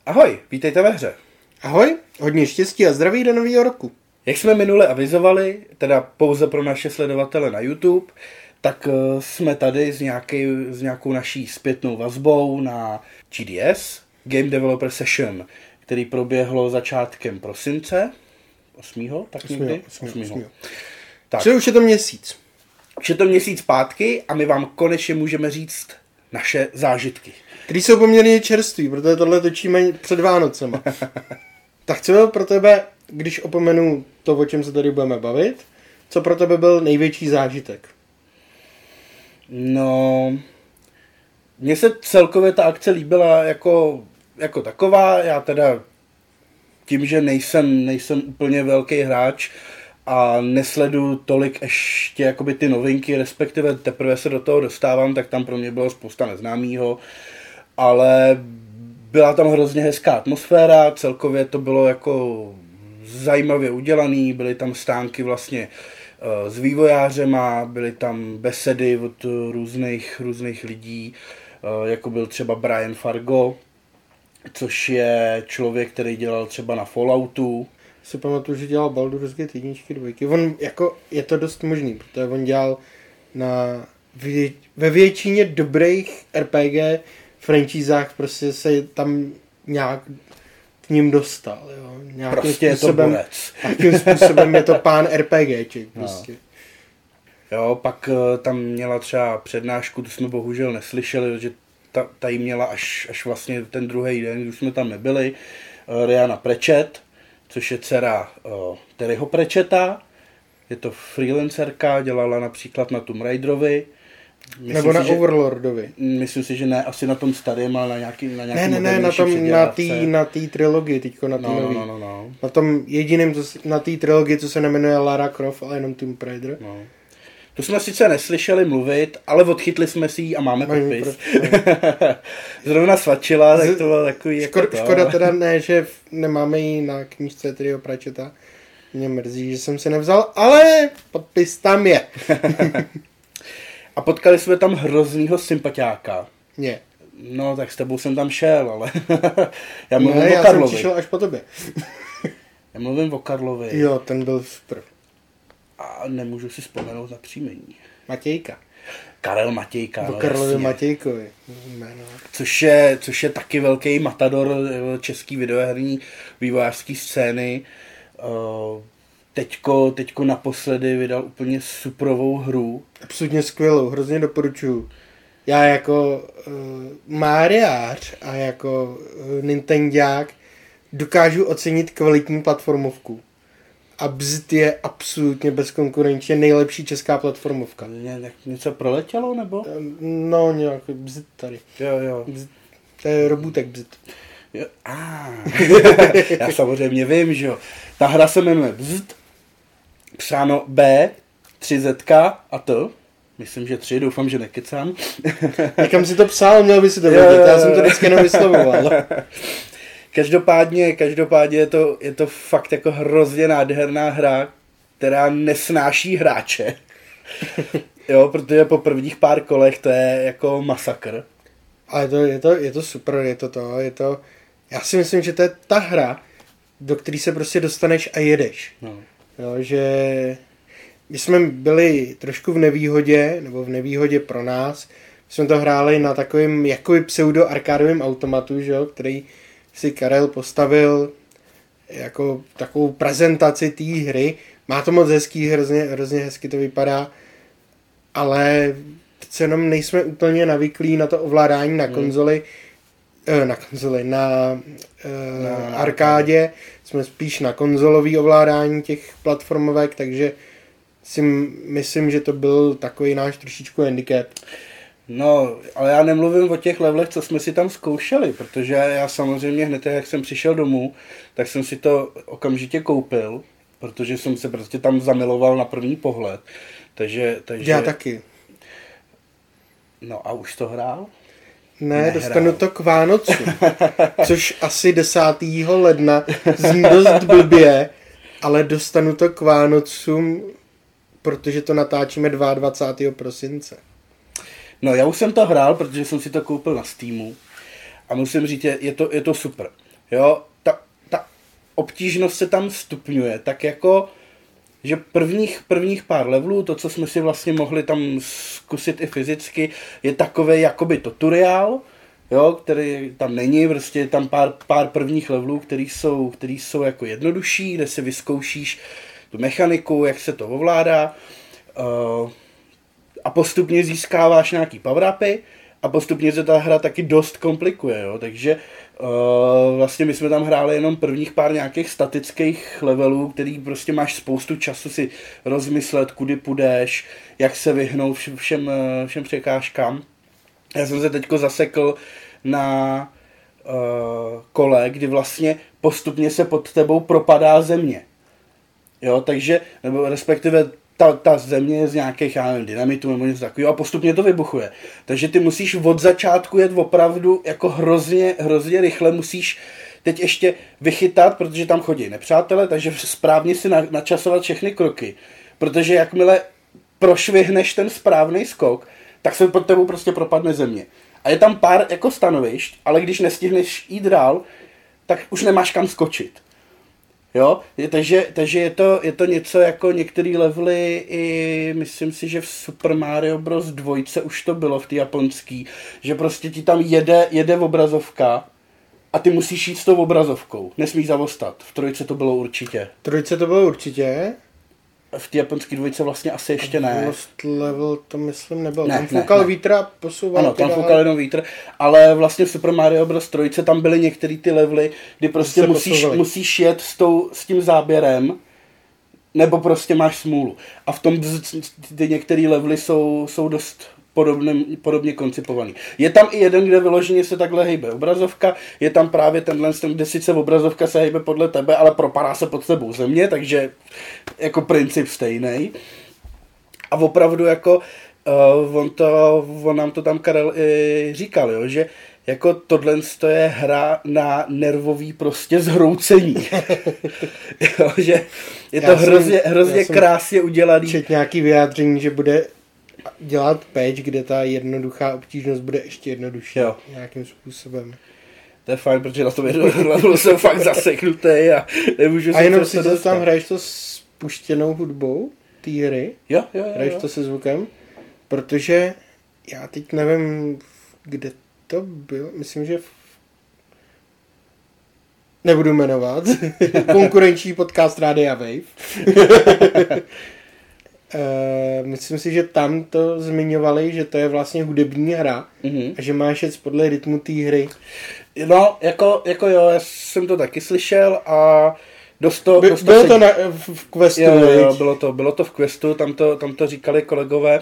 Ahoj, vítejte ve hře. Ahoj, hodně štěstí a zdraví do nového roku. Jak jsme minule avizovali, teda pouze pro naše sledovatele na YouTube, tak jsme tady s nějakou naší zpětnou vazbou na GDS, Game Developer Session, který proběhlo začátkem prosince, 8. tak někdy? 8. Tak. Čili už je to měsíc. Už je to měsíc zpátky a my vám konečně můžeme říct naše zážitky. Který jsou poměrně čerství, protože tohle točíme před Vánocema. Tak co byl pro tebe, když opomenu to, o čem se tady budeme bavit, co pro tebe byl největší zážitek? No, mně se celkově ta akce líbila jako taková. Já teda tím, že nejsem úplně velký hráč a nesleduju tolik ještě jakoby ty novinky, respektive teprve se do toho dostávám, tak tam pro mě bylo spousta neznámýho, ale byla tam hrozně hezká atmosféra, celkově to bylo jako zajímavě udělaný, byly tam stánky vlastně s vývojářema, byly tam besedy od různých lidí, jako byl třeba Brian Fargo, což je člověk, který dělal třeba na Falloutu. Si pamatuju, že dělal Baldur's Gate 1, 2. On jako, je to dost možný, protože on dělal ve většině dobrých RPG franchízách, prostě se tam nějak k ním dostal. Jo. Prostě způsobem, je to borec. Nějakým způsobem je to pán RPGček. Prostě. Jo, pak tam měla třeba přednášku, to jsme bohužel neslyšeli, že ta jí měla až vlastně ten druhý den, když jsme tam nebyli, Rhianna Pratchett, což je dcera Terryho Pratchetta, je to freelancerka, dělala například na Tomb Raiderovi. Nebo na Overlordovi. Myslím si, že ne, asi na tom starém, ale na nějaký na té trilogii, teďko na té nový. No. Na tom jediném, na té trilogii, co se nemenuje Lara Croft, ale jenom Tomb Raider. No. To jsme sice neslyšeli mluvit, ale odchytli jsme si ji a máme podpis. Zrovna svačila, tak to bylo takový Škoda teda ne, že nemáme ji na knížce Terryho Pratchetta. Mě mrzí, že jsem si nevzal, ale podpis tam je. A potkali jsme tam hroznýho sympatiáka. Ne. No, tak s tebou jsem tam šel, ale já mluvím o já Karlovi. jsem přišel až po tobě. Já mluvím o Karlovi. Jo, ten byl super. A nemůžu si vzpomenout na příjmení. Matějka. Karel Matějka. O Karlovi Matějkovi. Což je taky velký matador český videoherní vývojářský scény. Teďko naposledy vydal úplně suprovou hru. Absolutně skvělou, hrozně doporučuju. Já jako Mariář a jako Nintendák dokážu ocenit kvalitní platformovku. A Bzd je absolutně bezkonkurenčně nejlepší česká platformovka. Něco proletělo, nebo? No, nějak Bzd tady. Jo. Bzd. To je Robůtek Bzd. Jo. Já samozřejmě vím, že jo. Ta hra se jmenuje Bzd, psáno B, 3Z a T. Myslím, že 3, doufám, že nekecám. Někam si to psal, měl by si to vědět, já jsem to vždycky jenom vyslovoval. Každopádně je to fakt jako hrozně nádherná hra, která nesnáší hráče. Jo, protože po prvních pár kolech to je jako masakr. Ale je to super, je to. Já si myslím, že to je ta hra, do které se prostě dostaneš a jedeš. No. Jo, že my jsme byli trošku v nevýhodě pro nás. My jsme to hráli na takovým jakoby pseudo-arkádovým automatu, že jo, který si Karel postavil jako takovou prezentaci té hry. Má to moc hezký, hrozně hezky to vypadá, ale přece jenom nejsme úplně navyklí na to ovládání na konzoli, na arkádě. Jsme spíš na konzolový ovládání těch platformovek, takže si myslím, že to byl takový náš trošičku handicap. No, ale já nemluvím o těch levelech, co jsme si tam zkoušeli, protože já samozřejmě hned, jak jsem přišel domů, tak jsem si to okamžitě koupil, protože jsem se prostě tam zamiloval na první pohled. Takže já taky. No a už to hrál? Ne, dostanu to k Vánocu, což asi 10. ledna zní dost blbě, ale dostanu to k Vánocům, protože to natáčíme 22. prosince. No, já už jsem to hrál, protože jsem si to koupil na Steamu a musím říct, je to super. jo, ta obtížnost se tam stupňuje, tak jako, že prvních pár levelů, to, co jsme si vlastně mohli tam zkusit i fyzicky, je takovej jakoby tutoriál, jo, který tam není, prostě je tam pár prvních levelů, který jsou jako jednodušší, kde si vyzkoušíš tu mechaniku, jak se to ovládá, a postupně získáváš nějaký power-upy a postupně se ta hra taky dost komplikuje, jo, takže vlastně my jsme tam hráli jenom prvních pár nějakých statických levelů, který prostě máš spoustu času si rozmyslet, kudy půjdeš, jak se vyhnout všem překážkám. Já jsem se teďko zasekl na kole, kdy vlastně postupně se pod tebou propadá země. Jo, takže, nebo respektive ta země je z nějakých, já nevím, dynamitů nebo něco takového a postupně to vybuchuje. Takže ty musíš od začátku jet opravdu jako hrozně rychle, musíš teď ještě vychytat, protože tam chodí nepřátelé, takže správně si načasovat všechny kroky. Protože jakmile prošvihneš ten správný skok, tak se pod tebou prostě propadne země. A je tam pár jako stanovišť, ale když nestihneš jít dál, tak už nemáš kam skočit. Jo, takže je to něco jako některé levely i myslím si, že v Super Mario Bros. 2 už to bylo v té japonský, že prostě ti tam jede obrazovka a ty musíš jít s tou obrazovkou, nesmíš zavostat. V 3 to bylo určitě. V té japonské 2 vlastně asi ještě ne. Lost level to myslím nebyl. Tam foukal vítr a posouval. Ano, tam foukal jenom vítr, ale vlastně v Super Mario Bros. 3 tam byly některé ty levely, kdy prostě musíš jet s tím záběrem, nebo prostě máš smůlu. A v tom ty některé levely jsou dost podobně koncipovaný. Je tam i jeden, kde vyloženě se takhle hejbe obrazovka, je tam právě tenhle, kde sice obrazovka se hejbe podle tebe, ale propadá se pod tebou země, takže jako princip stejný. A opravdu jako on nám to tam Karel i říkal, jo, že jako tohle je hra na nervový prostě zhroucení. Jo, že je to hrozně krásně udělaný. Čet nějaký vyjádření, že bude dělat patch, kde ta jednoduchá obtížnost bude ještě jednodušší. Jo. Nějakým způsobem. To je fajn, protože na tom jednou jsem fakt zaseknutý a nemůžu se a jenom si to tam hraješ to s puštěnou hudbou té hry? Jo. Hraješ to se zvukem? Protože já teď nevím, kde to bylo. Myslím, že nebudu jmenovat. Konkurenční podcast Rádia Wave. Myslím si, že tam to zmiňovali, že to je vlastně hudební hra a že máš jet podle rytmu té hry. No, jako jo, já jsem to taky slyšel a bylo to v questu. Jo, bylo to v questu, tam to říkali kolegové.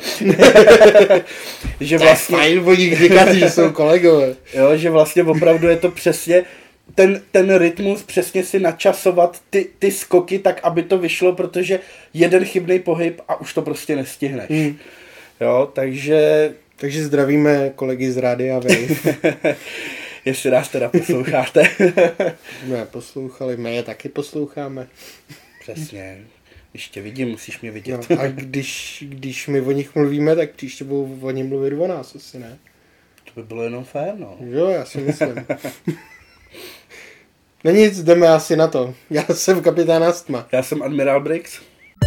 Že vlastně fajn, oni říkají, že jsou kolegové. Jo, že vlastně opravdu je to přesně ten rytmus, přesně si načasovat ty skoky tak, aby to vyšlo, protože jeden chybný pohyb a už to prostě nestihneš. Jo, takže zdravíme kolegy z Rádia Wave. Jestli nás teda posloucháte. Ne, poslouchali, my je taky posloucháme. Přesně. Když tě vidím, musíš mě vidět. No, a když my o nich mluvíme, tak příště budou o nich mluvit o nás, asi ne? To by bylo jenom fér, no. Jo, já si myslím. No nic, jdeme asi na to. Já jsem kapitán Astma. Já jsem admirál Briggs.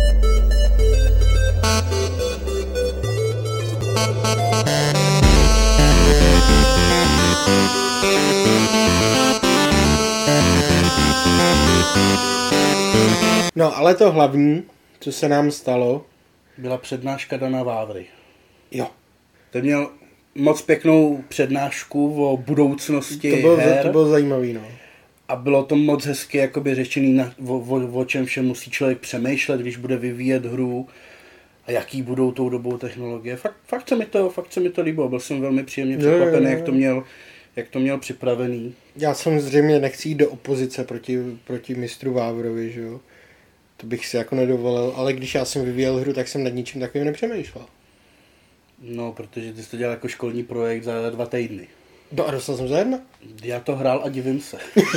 No, ale to hlavní, co se nám stalo, byla přednáška Dana Vávry. Jo. Ten měl moc pěknou přednášku o budoucnosti her. To bylo zajímavý, no. A bylo to moc hezky jakoby řečený, o čem všem musí člověk přemýšlet, když bude vyvíjet hru a jaký budou tou dobou technologie. Fakt se mi to líbilo, byl jsem velmi příjemně překvapený, jak to měl připravený. Já samozřejmě nechci jít do opozice proti mistru Vávrovi, že jo. To bych si jako nedovolil, ale když já jsem vyvíjel hru, tak jsem nad ničím takovým nepřemýšlel. No, protože ty jsi to dělal jako školní projekt za 2 týdny. No a dostal jsem za 1? Já to hrál a divím se.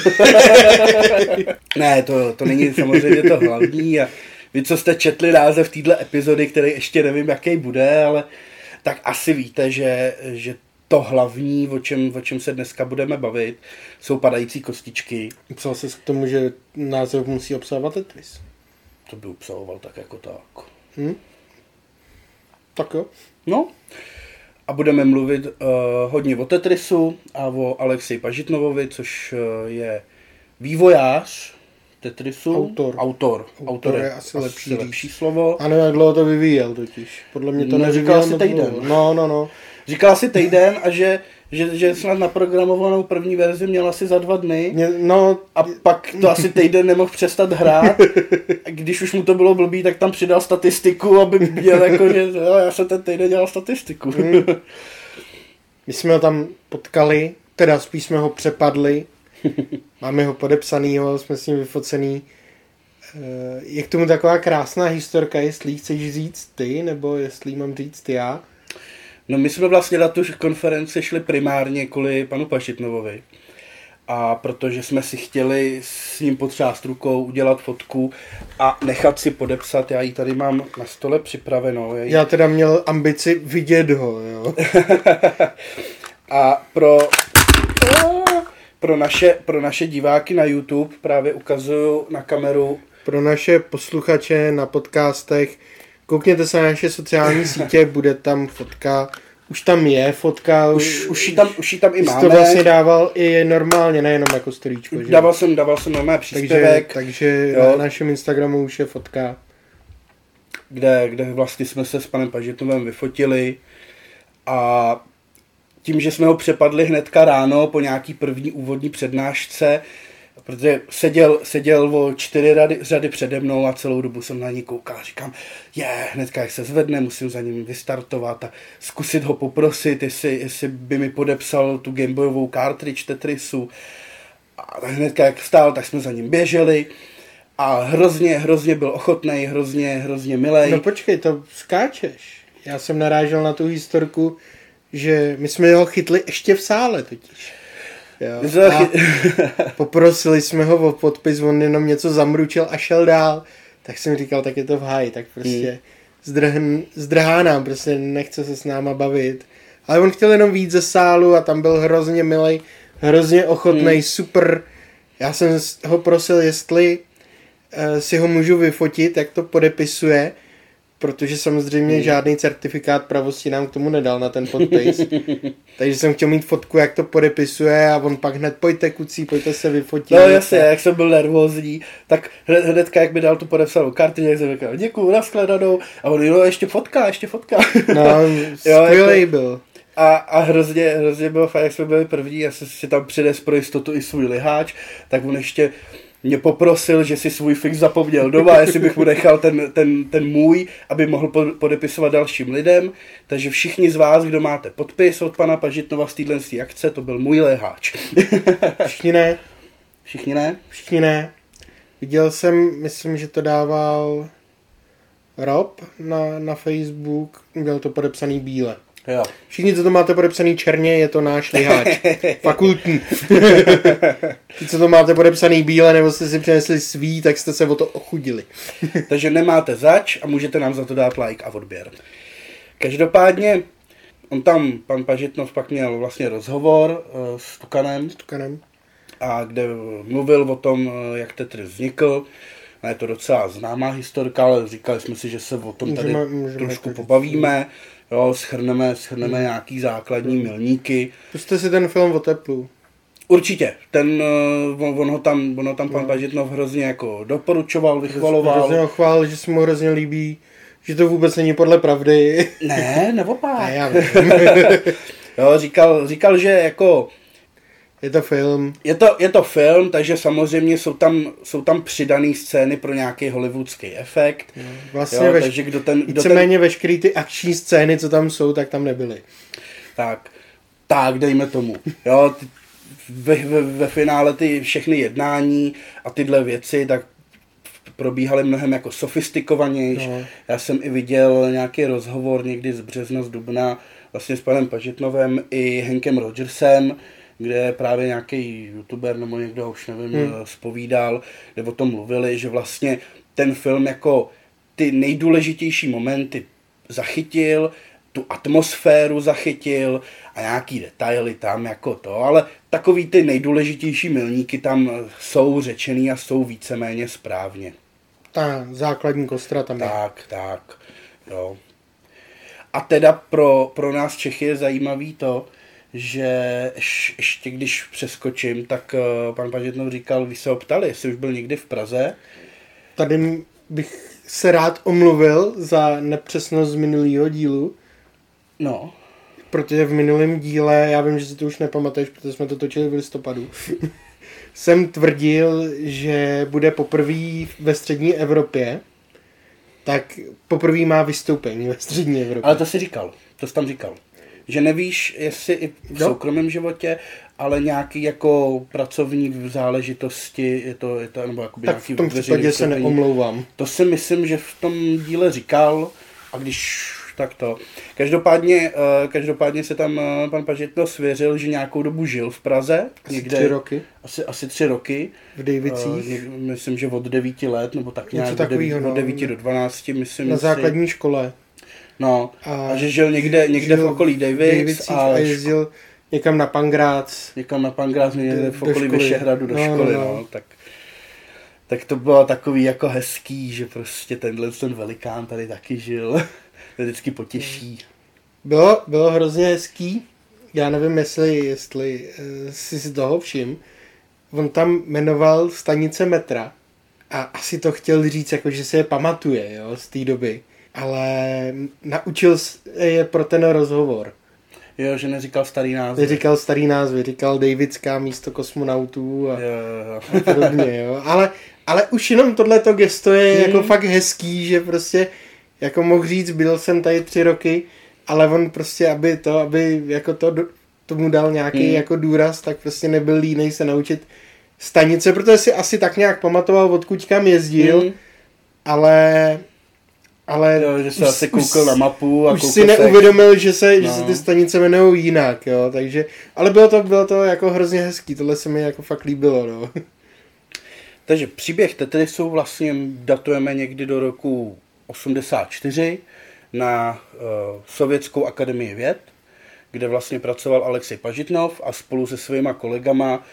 Ne, to není samozřejmě to hlavní. A vy, co jste četli název téhle epizody, který ještě nevím, jaký bude, ale tak asi víte, že to hlavní, o čem se dneska budeme bavit, jsou padající kostičky. Psal jsi k tomu, že název musí obsahovat Tetris? To by obsahoval tak jako tak. Tak jo. No, a budeme mluvit hodně o Tetrisu a o Alexeji Pažitnovovi, což je vývojář Tetrisu. Autor je asi lepší slovo. A nevím, jak dlouho to vyvíjel totiž. Podle mě to neříkal si týden. No. Říkal si týden a že snad naprogramovanou první verzi měl asi za 2 dny. No, a pak to asi týden nemohl přestat hrát. A když už mu to bylo blbý, tak tam přidal statistiku, aby měl jako, že já jsem ten týden dělal statistiku. My jsme ho tam potkali, teda spíš jsme ho přepadli. Máme ho podepsanýho, jsme s ním vyfocený. Je k tomu taková krásná historka, jestli chceš říct ty, nebo jestli mám říct já. No my jsme vlastně na tu konferenci šli primárně kvůli panu Pažitnovovi. A protože jsme si chtěli s ním potřást rukou, udělat fotku a nechat si podepsat, já ji tady mám na stole připravenou. Já teda měl ambici vidět ho, jo. A pro naše diváky na YouTube právě ukazuju na kameru. Pro naše posluchače na podcastech, koukněte se na naše sociální sítě, bude tam fotka. Už tam je fotka. Už ji tam i máme. To vlastně dával i normálně, nejenom jako storíčko. Že? Dával jsem normálně příspěvek. Takže na našem Instagramu už je fotka. Kde vlastně jsme se s panem Pažitnovem vyfotili a tím, že jsme ho přepadli hnedka ráno po nějaký první úvodní přednášce, protože seděl o 4 řady přede mnou a celou dobu jsem na něj koukal. Říkám, hnedka jak se zvedne, musím za ním vystartovat a zkusit ho poprosit, jestli by mi podepsal tu Gameboyovou cartridge Tetrisu. A tak hnedka jak vstál, tak jsme za ním běželi a hrozně byl ochotnej, hrozně milej. No počkej, to skáčeš. Já jsem narážel na tu historku, že my jsme ho chytli ještě v sále totiž. Jo. A poprosili jsme ho o podpis, on jenom něco zamručil a šel dál. Tak jsem říkal, tak je to v háji, tak prostě zdrhá nám, prostě nechce se s náma bavit. Ale on chtěl jenom víc ze sálu a tam byl hrozně milej, hrozně ochotnej, super. Já jsem ho prosil, jestli si ho můžu vyfotit, jak to podepisuje, protože samozřejmě žádný certifikát pravosti nám k tomu nedal na ten podpis. Takže jsem chtěl mít fotku, jak to podepisuje a on pak hned pojďte kucí, pojďte se vyfotit. No jasně, jak jsem byl nervózní, tak hnedka jak mi dal tu podepsanou kartu, jak jsem říkal, děkuju, nashledanou. A on, ještě fotka. No, skvělej byl. A hrozně bylo fajn, jak jsme byli první, já jsem si tam přines pro jistotu i svůj liháč, tak on ještě mě poprosil, že si svůj fix zapomněl doma, jestli bych mu nechal ten můj, aby mohl podepisovat dalším lidem. Takže všichni z vás, kdo máte podpis od pana Pažitnova z téhle akce, to byl můj leháč. Všichni ne. Všichni ne? Viděl jsem, myslím, že to dával Rob na Facebook, byl to podepsaný bíle. Jo. Všichni, co to máte podepsaný černě, je to náš liháč. Fakultní. Ti, co to máte podepsaný bíle, nebo jste si přinesli svý, tak jste se o to ochudili. Takže nemáte zač a můžete nám za to dát like a odběr. Každopádně, pan Pažitnov pak měl vlastně rozhovor s Tukanem. A kde mluvil o tom, jak Tetris vznikl. A je to docela známá historka, ale říkali jsme si, že se o tom tady trošku pobavíme. Jo, schrneme nějaký základní milníky. Puste si ten film o teplu. Určitě. On ho tam pan Pažitnov hrozně jako doporučoval, vychvaloval. Hrozně ho chválil, že se mu hrozně líbí, že to vůbec není podle pravdy. Ne, naopak. Ne, já jo, říkal, že jako je to film. Je to film, takže samozřejmě jsou tam přidané scény pro nějaký hollywoodský efekt. Vlastně víceméně veškerý ty akční scény, co tam jsou, tak tam nebyly. Tak dejme tomu. Jo, ve finále ty všechny jednání a tyhle věci, tak probíhaly mnohem jako sofistikovanější. No. Já jsem i viděl nějaký rozhovor někdy z března, z dubna, vlastně s panem Pažitnovem i Hankem Rogersem, kde právě nějaký youtuber nebo někdo, už nevím, zpovídal, kde o tom mluvili, že vlastně ten film jako ty nejdůležitější momenty zachytil tu atmosféru zachytil a nějaký detaily tam jako to, ale takový ty nejdůležitější milníky tam jsou řečený a jsou víceméně správně. Ta základní kostra tam je. Tak, jo. A teda pro nás Čechy je zajímavý to, že ještě když přeskočím, tak pan Pažitnov říkal, vy se ho ptali, jestli už byl někdy v Praze. Tady bych se rád omluvil za nepřesnost z minulého dílu. No. Protože v minulém díle, já vím, že si to už nepamatuješ, protože jsme to točili v listopadu, jsem tvrdil, že bude poprvé ve střední Evropě, tak poprvé má vystoupení ve střední Evropě. Ale to jsi tam říkal. Že nevíš, jestli i v soukromém životě, ale nějaký jako pracovní záležitosti, je to nebo jakoby tak nějaký v tom případě se neomlouvám. To si myslím, že v tom díle říkal, a když tak to. Každopádně se tam pan Pažitnov svěřil, že nějakou dobu žil v Praze. Asi 3 roky. Asi 3 roky. V Dejvicích. Myslím, že od 9 let, nebo tak nějak od 9 do 12, myslím. Na základní škole. No, a že žil někde v okolí Dejvic a jezdil někam na Pangrác. Někde v okolí Vyšehradu do školy, no. Tak to bylo takový jako hezký, že prostě ten velikán tady taky žil. To vždycky potěší. Bylo hrozně hezký. Já nevím, jestli jsi si toho všim. On tam jmenoval stanice metra a asi to chtěl říct, jako, že se je pamatuje, jo, z té doby. Ale naučil je pro ten rozhovor. Jo, že neříkal starý názvy. Říkal Davidská místo kosmonautů a podobně, jo. Ale už jenom tohleto gesto je jako fakt hezký, že prostě jako mohl říct, byl jsem tady 3 roky, ale on prostě, aby jako tomu dal nějaký jako důraz, tak prostě nebyl línej se naučit stanice, protože si asi tak nějak pamatoval, odkud kam jezdil, ale jo, že se asi koukal na mapu a už si neuvědomil, že se ty stanice jmenují jinak, jo, takže, ale bylo to jako hrozně hezký, tohle se mi jako fakt líbilo, no. Takže příběh Tetrisu vlastně datujeme někdy do roku 84 na Sovětskou akademii věd, kde vlastně pracoval Alexej Pažitnov a spolu se svýma kolegama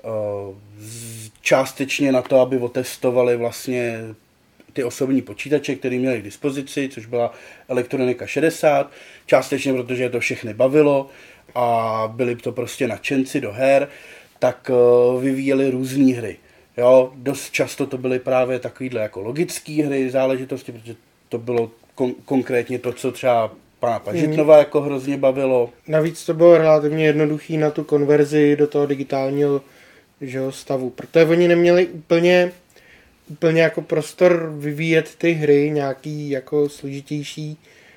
částečně na to, aby otestovali vlastně ty osobní počítače, které měli k dispozici, což byla Elektronika 60, částečně protože je to všechny bavilo a byli to prostě nadšenci do her, tak vyvíjeli různé hry. Jo, dost často to byly právě takovýhle jako logické hry, záležitosti, protože to bylo konkrétně to, co třeba pana Pažitnova jako hrozně bavilo. Navíc to bylo relativně jednoduchý na tu konverzi do toho digitálního stavu, protože oni neměli úplně jako prostor vyvíjet ty hry nějaký jako složitější,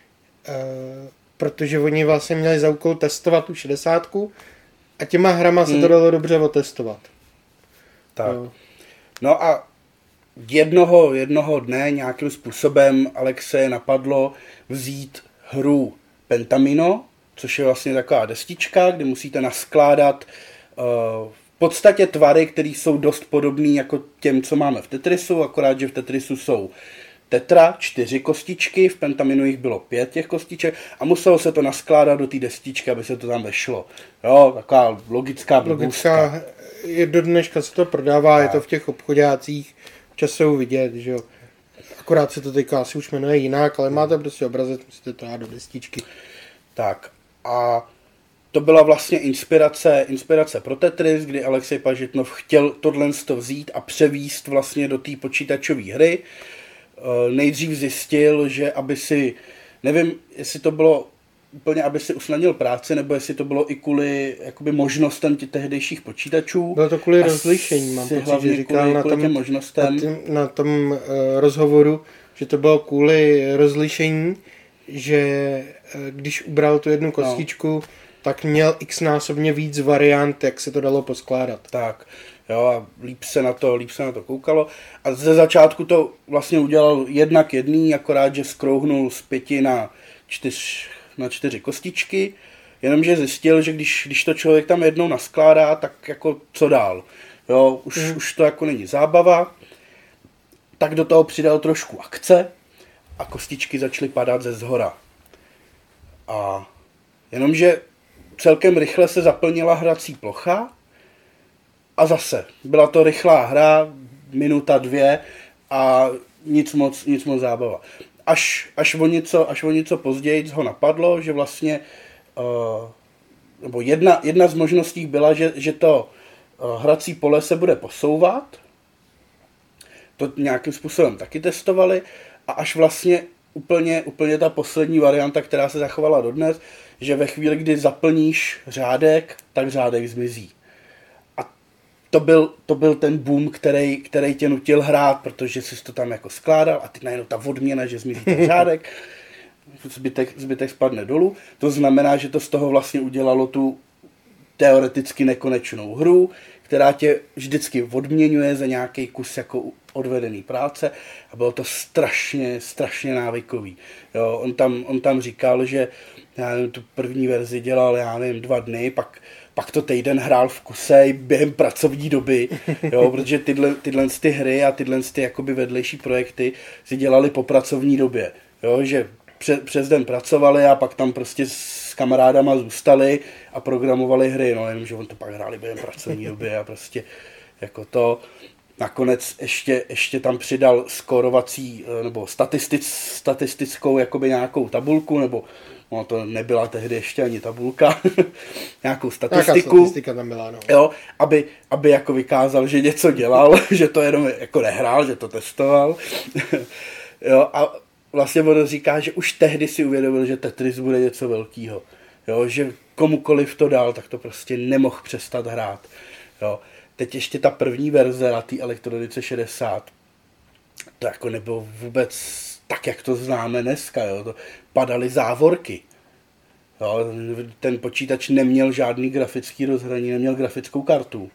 protože oni vlastně měli za úkol testovat tu 60 a těma hrama se to dalo dobře otestovat. Tak. No a jednoho dne nějakým způsobem Alexeje napadlo vzít hru Pentamino, což je vlastně taková destička, kde musíte naskládat v podstatě tvary, které jsou dost podobné jako těm, co máme v Tetrisu, akorát, že v Tetrisu jsou tetra, 4 kostičky, v Pentaminu jich bylo 5 těch kostiček a muselo se to naskládat do té destičky, aby se to tam vešlo. Jo, taková logická blbůstka. Do dneška se to prodává, je to v těch obchodácích, časou vidět, že jo. Akorát se to teďka asi už jmenuje jinak, ale máte prostě obrazec, musíte to dát do destičky. Tak a to byla vlastně inspirace pro Tetris, kdy Alexej Pažitnov chtěl tohle vzít a převíst vlastně do té počítačové hry. Nejdřív zjistil, že aby si, nevím, jestli to bylo úplně, aby si usnadnil práci, nebo jestli to bylo i kvůli jakoby možnostem těch tehdejších počítačů. Bylo to kvůli rozlišení, mám pocit, že říkal na tom rozhovoru, že to bylo kvůli rozlišení, že když ubral tu jednu kostičku, tak měl x-násobně víc variant, jak se to dalo poskládat. Tak, jo, a líp se na to koukalo. A ze začátku to vlastně udělal jednak jedný, akorát, že skrouhnul z 5 na 4 kostičky, jenomže zjistil, že když to člověk tam jednou naskládá, tak jako co dál. Jo, už to jako není zábava, tak do toho přidal trošku akce a kostičky začaly padat ze zhora. A jenomže celkem rychle se zaplnila hrací plocha a zase byla to rychlá hra, minuta, 2 a nic moc zábava. Až o něco později ho napadlo, že vlastně nebo jedna z možností byla, že to hrací pole se bude posouvat. To nějakým způsobem taky testovali a až vlastně úplně ta poslední varianta, která se zachovala dodnes, že ve chvíli, kdy zaplníš řádek, tak řádek zmizí. A to byl ten boom, který tě nutil hrát, protože jsi to tam jako skládal a ty najednou ta odměna, že zmizí ten řádek, zbytek spadne dolů. To znamená, že to z toho vlastně udělalo tu teoreticky nekonečnou hru, která tě vždycky odměňuje za nějaký kus jako odvedený práce a bylo to strašně návykový. Jo, on tam říkal, že já nevím, tu první verzi dělal, 2 dny, pak to týden hrál v kuse během pracovní doby, jo, protože tyhle ty hry a tyhle ty jakoby vedlejší projekty si dělali po pracovní době, jo, že přes den pracovali a pak tam prostě s kamarádama zůstali a programovali hry, no jenom, že on to pak hráli během pracovní doby a prostě jako to. Nakonec ještě tam přidal skórovací nebo statistickou jakoby nějakou tabulku, nebo no, to nebyla tehdy ještě ani tabulka, nějakou statistiku. Statistika tam byla, no. Jo, aby jako vykázal, že něco dělal, že to jenom jako nehrál, že to testoval. Jo, a vlastně on říká, že už tehdy si uvědomil, že Tetris bude něco velkého. Jo, že komukoliv to dal, tak to prostě nemohl přestat hrát. Jo. Teď ještě ta první verze na té elektronice 60, to jako nebylo vůbec tak, jak to známe dneska. Jo. To padaly závorky. Jo. Ten počítač neměl žádný grafický rozhraní, neměl grafickou kartu.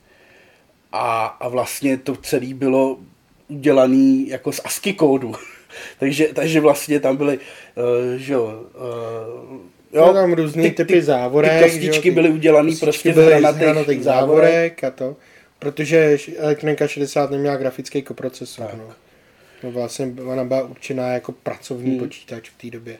A vlastně to celé bylo udělané jako z ASCII kódu. takže vlastně tam byly, jo, tam různý typy závorek. Ty kostičky byly udělaný prostě z hranatých závorek a to, protože elektronika 60 neměla grafický koprocesor. No vlastně ona byla určená jako pracovní počítač v té době.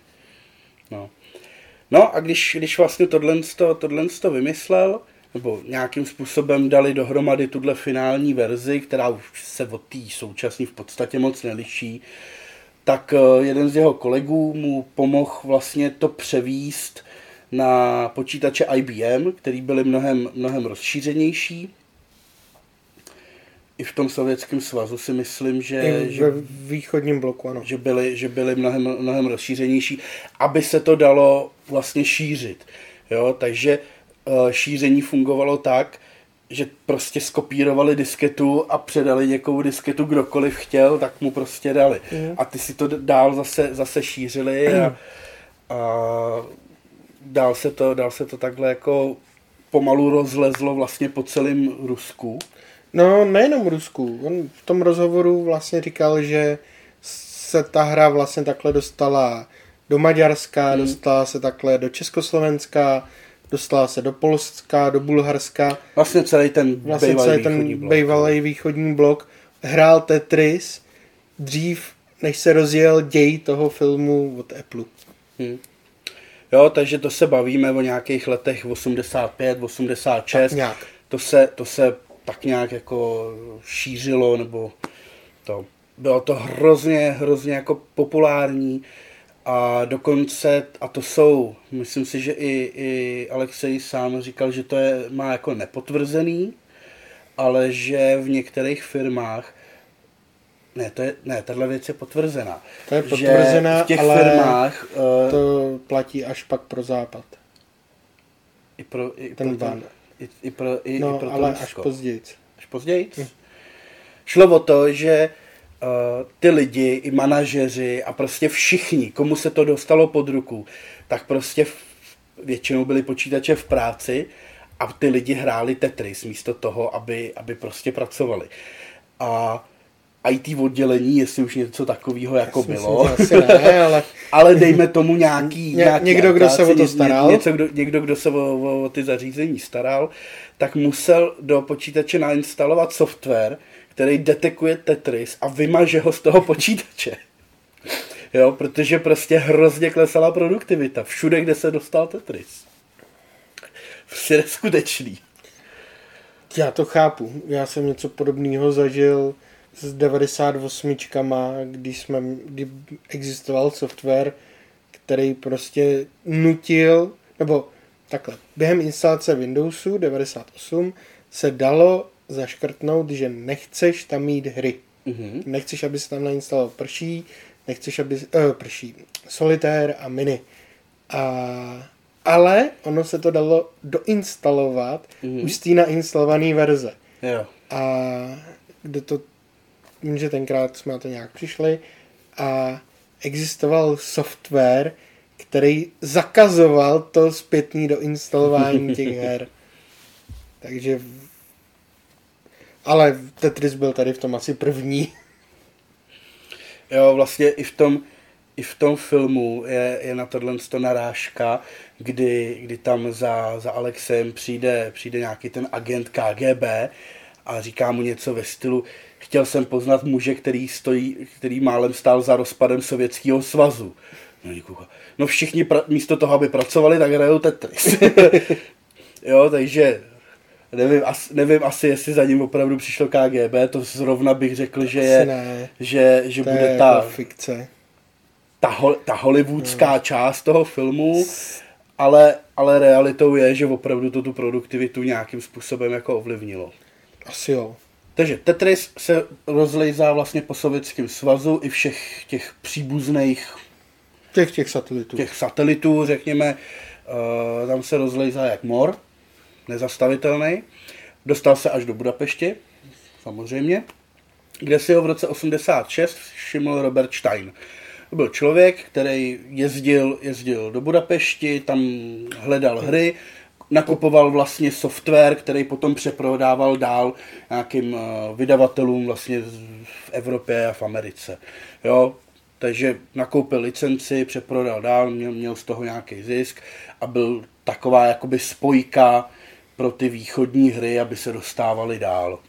No a když vlastně tohle vymyslel, nebo nějakým způsobem dali dohromady tuhle finální verzi, která už se od té současné v podstatě moc neliší, tak jeden z jeho kolegů mu pomohl vlastně to převíst na počítače IBM, který byly mnohem rozšířenější. I v tom Sovětském svazu si myslím, že ve východním bloku, ano. Že byly mnohem rozšířenější, aby se to dalo vlastně šířit. Jo, takže šíření fungovalo tak, že prostě skopírovali disketu a předali někomu disketu, kdokoliv chtěl, tak mu prostě dali. A ty si to dál zase šířili a dál se to takhle jako pomalu rozlezlo vlastně po celém Rusku. No, nejenom Rusku. On v tom rozhovoru vlastně říkal, že se ta hra vlastně takhle dostala do Maďarska, dostala se takhle do Československa, dostala se do Polska, do Bulharska. Vlastně celý ten bývalý východní blok hrál Tetris dřív, než se rozjel děj toho filmu od Apple. Jo, takže to se bavíme o nějakých letech 85, 86. To se tak nějak jako šířilo, nebo to. Bylo to hrozně jako populární. A dokonce, a to jsou, myslím si, že i Alexej sám říkal, že to má jako nepotvrzený, ale že v některých firmách, tahle věc je potvrzená. To je potvrzená, že v těch ale firmách, to platí až pak pro Západ. I pro ale Rusko. až později. Až později? Šlo o to, že ty lidi, i manažeři a prostě všichni, komu se to dostalo pod ruku, tak prostě většinou byli počítače v práci a ty lidi hráli Tetris místo toho, aby prostě pracovali. A IT oddělení, jestli už něco takového jako bylo, asi ne, ale dejme tomu nějaký někdo, kdo se o to staral. Někdo, kdo se o ty zařízení staral, tak musel do počítače nainstalovat software, který detekuje Tetris a vymaže ho z toho počítače. Jo, protože prostě hrozně klesala produktivita. Všude, kde se dostal Tetris. Prostě neskutečný. Já to chápu. Já jsem něco podobného zažil s 98, kdy existoval software, který prostě nutil, nebo takhle, během instalace Windowsu 98 se dalo zaškrtnout, že nechceš tam mít hry. Mm-hmm. Nechceš, aby se tam nainstaloval prší, nechceš, aby prší, Solitaire a Mini. Ale ono se to dalo doinstalovat už z té nainstalované verze. Jo. A kde to, vím, že tenkrát jsme na to nějak přišli a existoval software, který zakazoval to zpětné doinstalování těch her. Takže ale Tetris byl tady v tom asi první. Jo, vlastně i v tom filmu je na tohle narážka, kdy tam za Alexem přijde nějaký ten agent KGB a říká mu něco ve stylu: chtěl jsem poznat muže, který málem stál za rozpadem Sovětského svazu. No všichni místo toho, aby pracovali, tak hrajou Tetris. Jo, takže nevím asi, jestli za ním opravdu přišlo KGB, to zrovna bych řekl, že bude jako ta fikce. Ta hollywoodská část toho filmu, ale realitou je, že opravdu to tu produktivitu nějakým způsobem jako ovlivnilo. Asi jo. Takže Tetris se rozlejzá vlastně po Sovětském svazu i všech těch příbuzných těch satelitů, řekněme, tam se rozlejzá jak mor, nezastavitelný. Dostal se až do Budapešti, samozřejmě, kde si ho v roce 86 všiml Robert Stein. To byl člověk, který jezdil do Budapešti, tam hledal hry, nakupoval vlastně software, který potom přeprodával dál nějakým vydavatelům vlastně v Evropě a v Americe. Jo? Takže nakoupil licenci, přeprodal dál, měl z toho nějaký zisk a byl taková jakoby spojka pro ty východní hry, aby se dostávaly dál.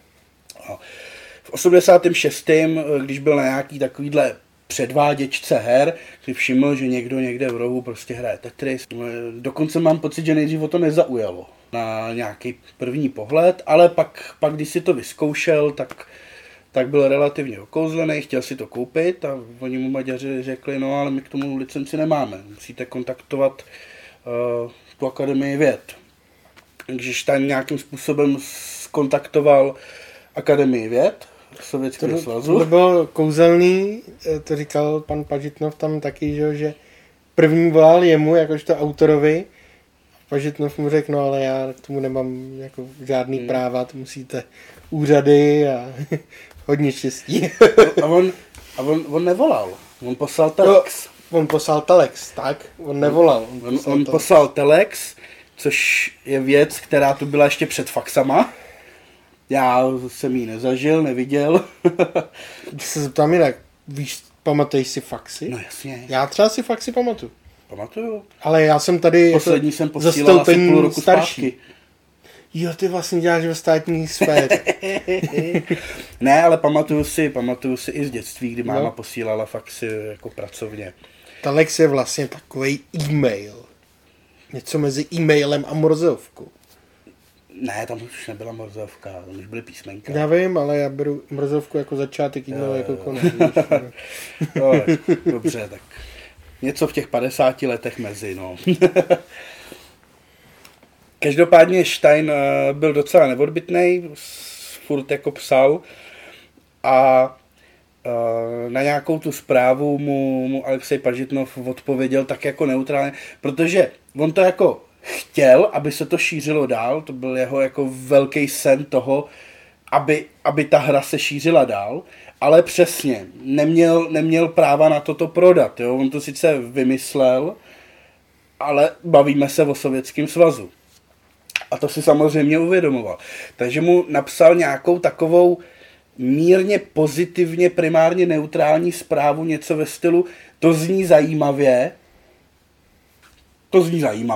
V 86., když byl na nějaký takovýhle předváděčce her, si všiml, že někdo někde v rohu prostě hraje Tetris. Dokonce mám pocit, že nejdřív o to nezaujalo na nějaký první pohled, ale pak když si to vyzkoušel, tak byl relativně okouzlený, chtěl si to koupit a oni mu Maďaři řekli: no ale my k tomu licenci nemáme, musíte kontaktovat tu Akademii věd. Takže Stein nějakým způsobem skontaktoval Akademii věd Sovětského svazu. To bylo kouzelný, to říkal pan Pažitnov tam taky, že první volal jemu, jakožto autorovi. Pažitnov mu řekl: no ale já k tomu nemám jako žádný práva, to musíte úřady a hodně štěstí. a on nevolal, on poslal telex. No, on poslal telex, tak? On nevolal. On poslal telex, což je věc, která tu byla ještě před faxama. Já jsem ji nezažil, neviděl. Když se zeptám jinak, víš, pamatuješ si faxy? No jasně. Já třeba si faxy pamatuju. Pamatuju. Ale já jsem tady poslední jsem posílal asi půl roku starší. Jo, ty vlastně děláš ve státní sféře. Ne, ale pamatuju si i z dětství, kdy máma posílala faxy jako pracovně. Telex je vlastně takovej e-mail. Něco mezi e-mailem a morzeovkou. Ne, tam už nebyla morzeovka, tam už byly písmenka. Já vím, ale já beru morzeovku jako začátek, e-mail jako konec. No, dobře, tak něco v těch 50 letech mezi, no. Každopádně Stein byl docela neodbytnej, furt jako psal a na nějakou tu zprávu mu Alexej Pažitnov odpověděl tak jako neutrálně, protože on to jako chtěl, aby se to šířilo dál, to byl jeho jako velký sen toho, aby ta hra se šířila dál, ale přesně, neměl práva na toto prodat. Jo? On to sice vymyslel, ale bavíme se o Sovětském svazu. A to si samozřejmě uvědomoval. Takže mu napsal nějakou takovou mírně pozitivně, primárně neutrální zprávu, něco ve stylu: to zní zajímavě,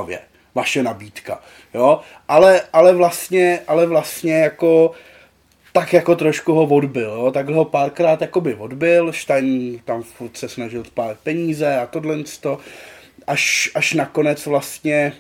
vaše nabídka. Jo? Ale vlastně jako tak jako trošku ho odbil, jo? Tak ho párkrát jakoby odbil, Stein tam furt se snažil spát peníze a tohleto, až nakonec vlastně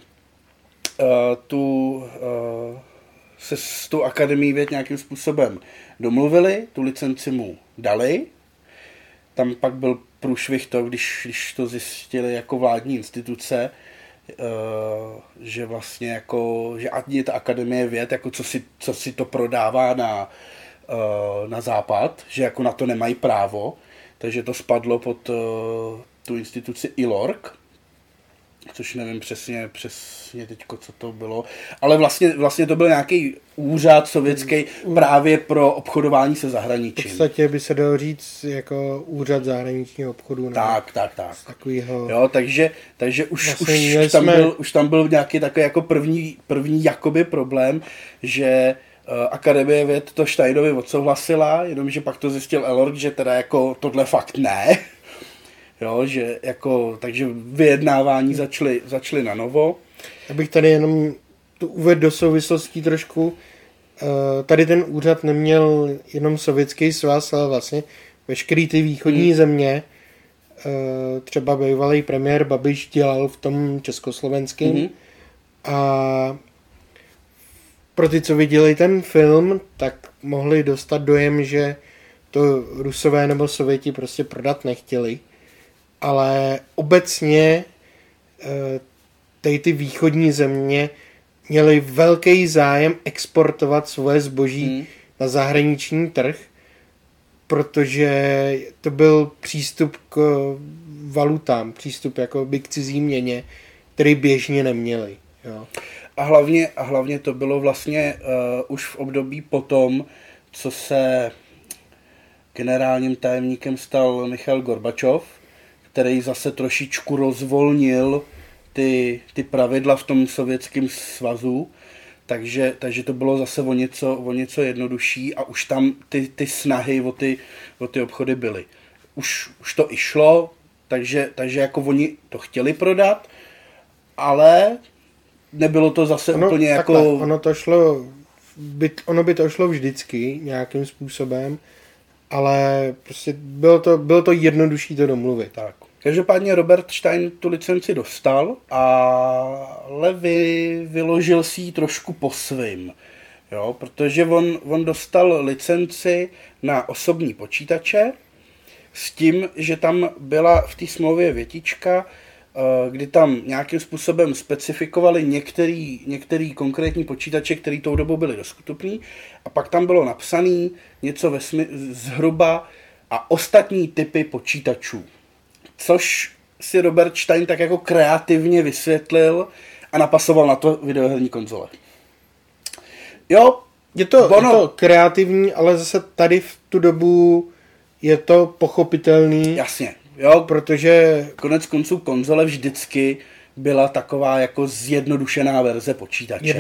se s tou akademií věd nějakým způsobem domluvili, tu licenci mu dali. Tam pak byl průšvih to, když to zjistili jako vládní instituce, že vlastně jako, že ani ta akademie věd, jako co si to prodává na západ, že jako na to nemají právo, takže to spadlo pod tu instituci ILORC, což nevím přesně teďko, co to bylo, ale vlastně to byl nějaký úřad sovětský právě pro obchodování se zahraničím. V podstatě by se dalo říct jako úřad zahraničního obchodu. Tak. Takovýho... Jo, takže už tam byl nějaký takový jako první jakoby problém, že Akademie věd to Steinovi odsouhlasila, jenomže pak to zjistil Elorg, že teda jako tohle fakt ne. Jo, že jako, takže vyjednávání začaly na novo. Abych tady jenom to uvedl do souvislostí trošku. Tady ten úřad neměl jenom Sovětský svaz, ale vlastně veškerý ty východní země. Třeba bývalý premiér Babiš dělal v tom československém. A pro ty, co viděli ten film, tak mohli dostat dojem, že to Rusové nebo Sověti prostě prodat nechtěli. Ale obecně ty východní země měly velký zájem exportovat svoje zboží na zahraniční trh, protože to byl přístup k valutám, přístup jako by k cizí měně, který běžně neměli. Jo. A hlavně to bylo vlastně už v období potom, co se generálním tajemníkem stal Michail Gorbačov, který zase trošičku rozvolnil ty pravidla v tom Sovětském svazu, takže to bylo zase o něco jednodušší a už tam ty snahy o ty obchody byly. Už to i šlo, takže jako oni to chtěli prodat, ale nebylo to zase úplně jako... Ono by to šlo vždycky nějakým způsobem, ale prostě bylo to jednodušší to domluvit. Tak. Každopádně Robert Stein tu licenci dostal, ale vyložil si ji trošku po svým. Jo, protože on dostal licenci na osobní počítače s tím, že tam byla v té smlouvě větička, kdy tam nějakým způsobem specifikovali některý konkrétní počítače, které tou dobou byly dostupný, a pak tam bylo napsané něco zhruba a ostatní typy počítačů. Což si Robert Stein tak jako kreativně vysvětlil a napasoval na to videoherní konzole. Jo, je to kreativní, ale zase tady v tu dobu je to pochopitelný. Jasně, jo, protože konec konců konzole vždycky byla taková jako zjednodušená verze počítače.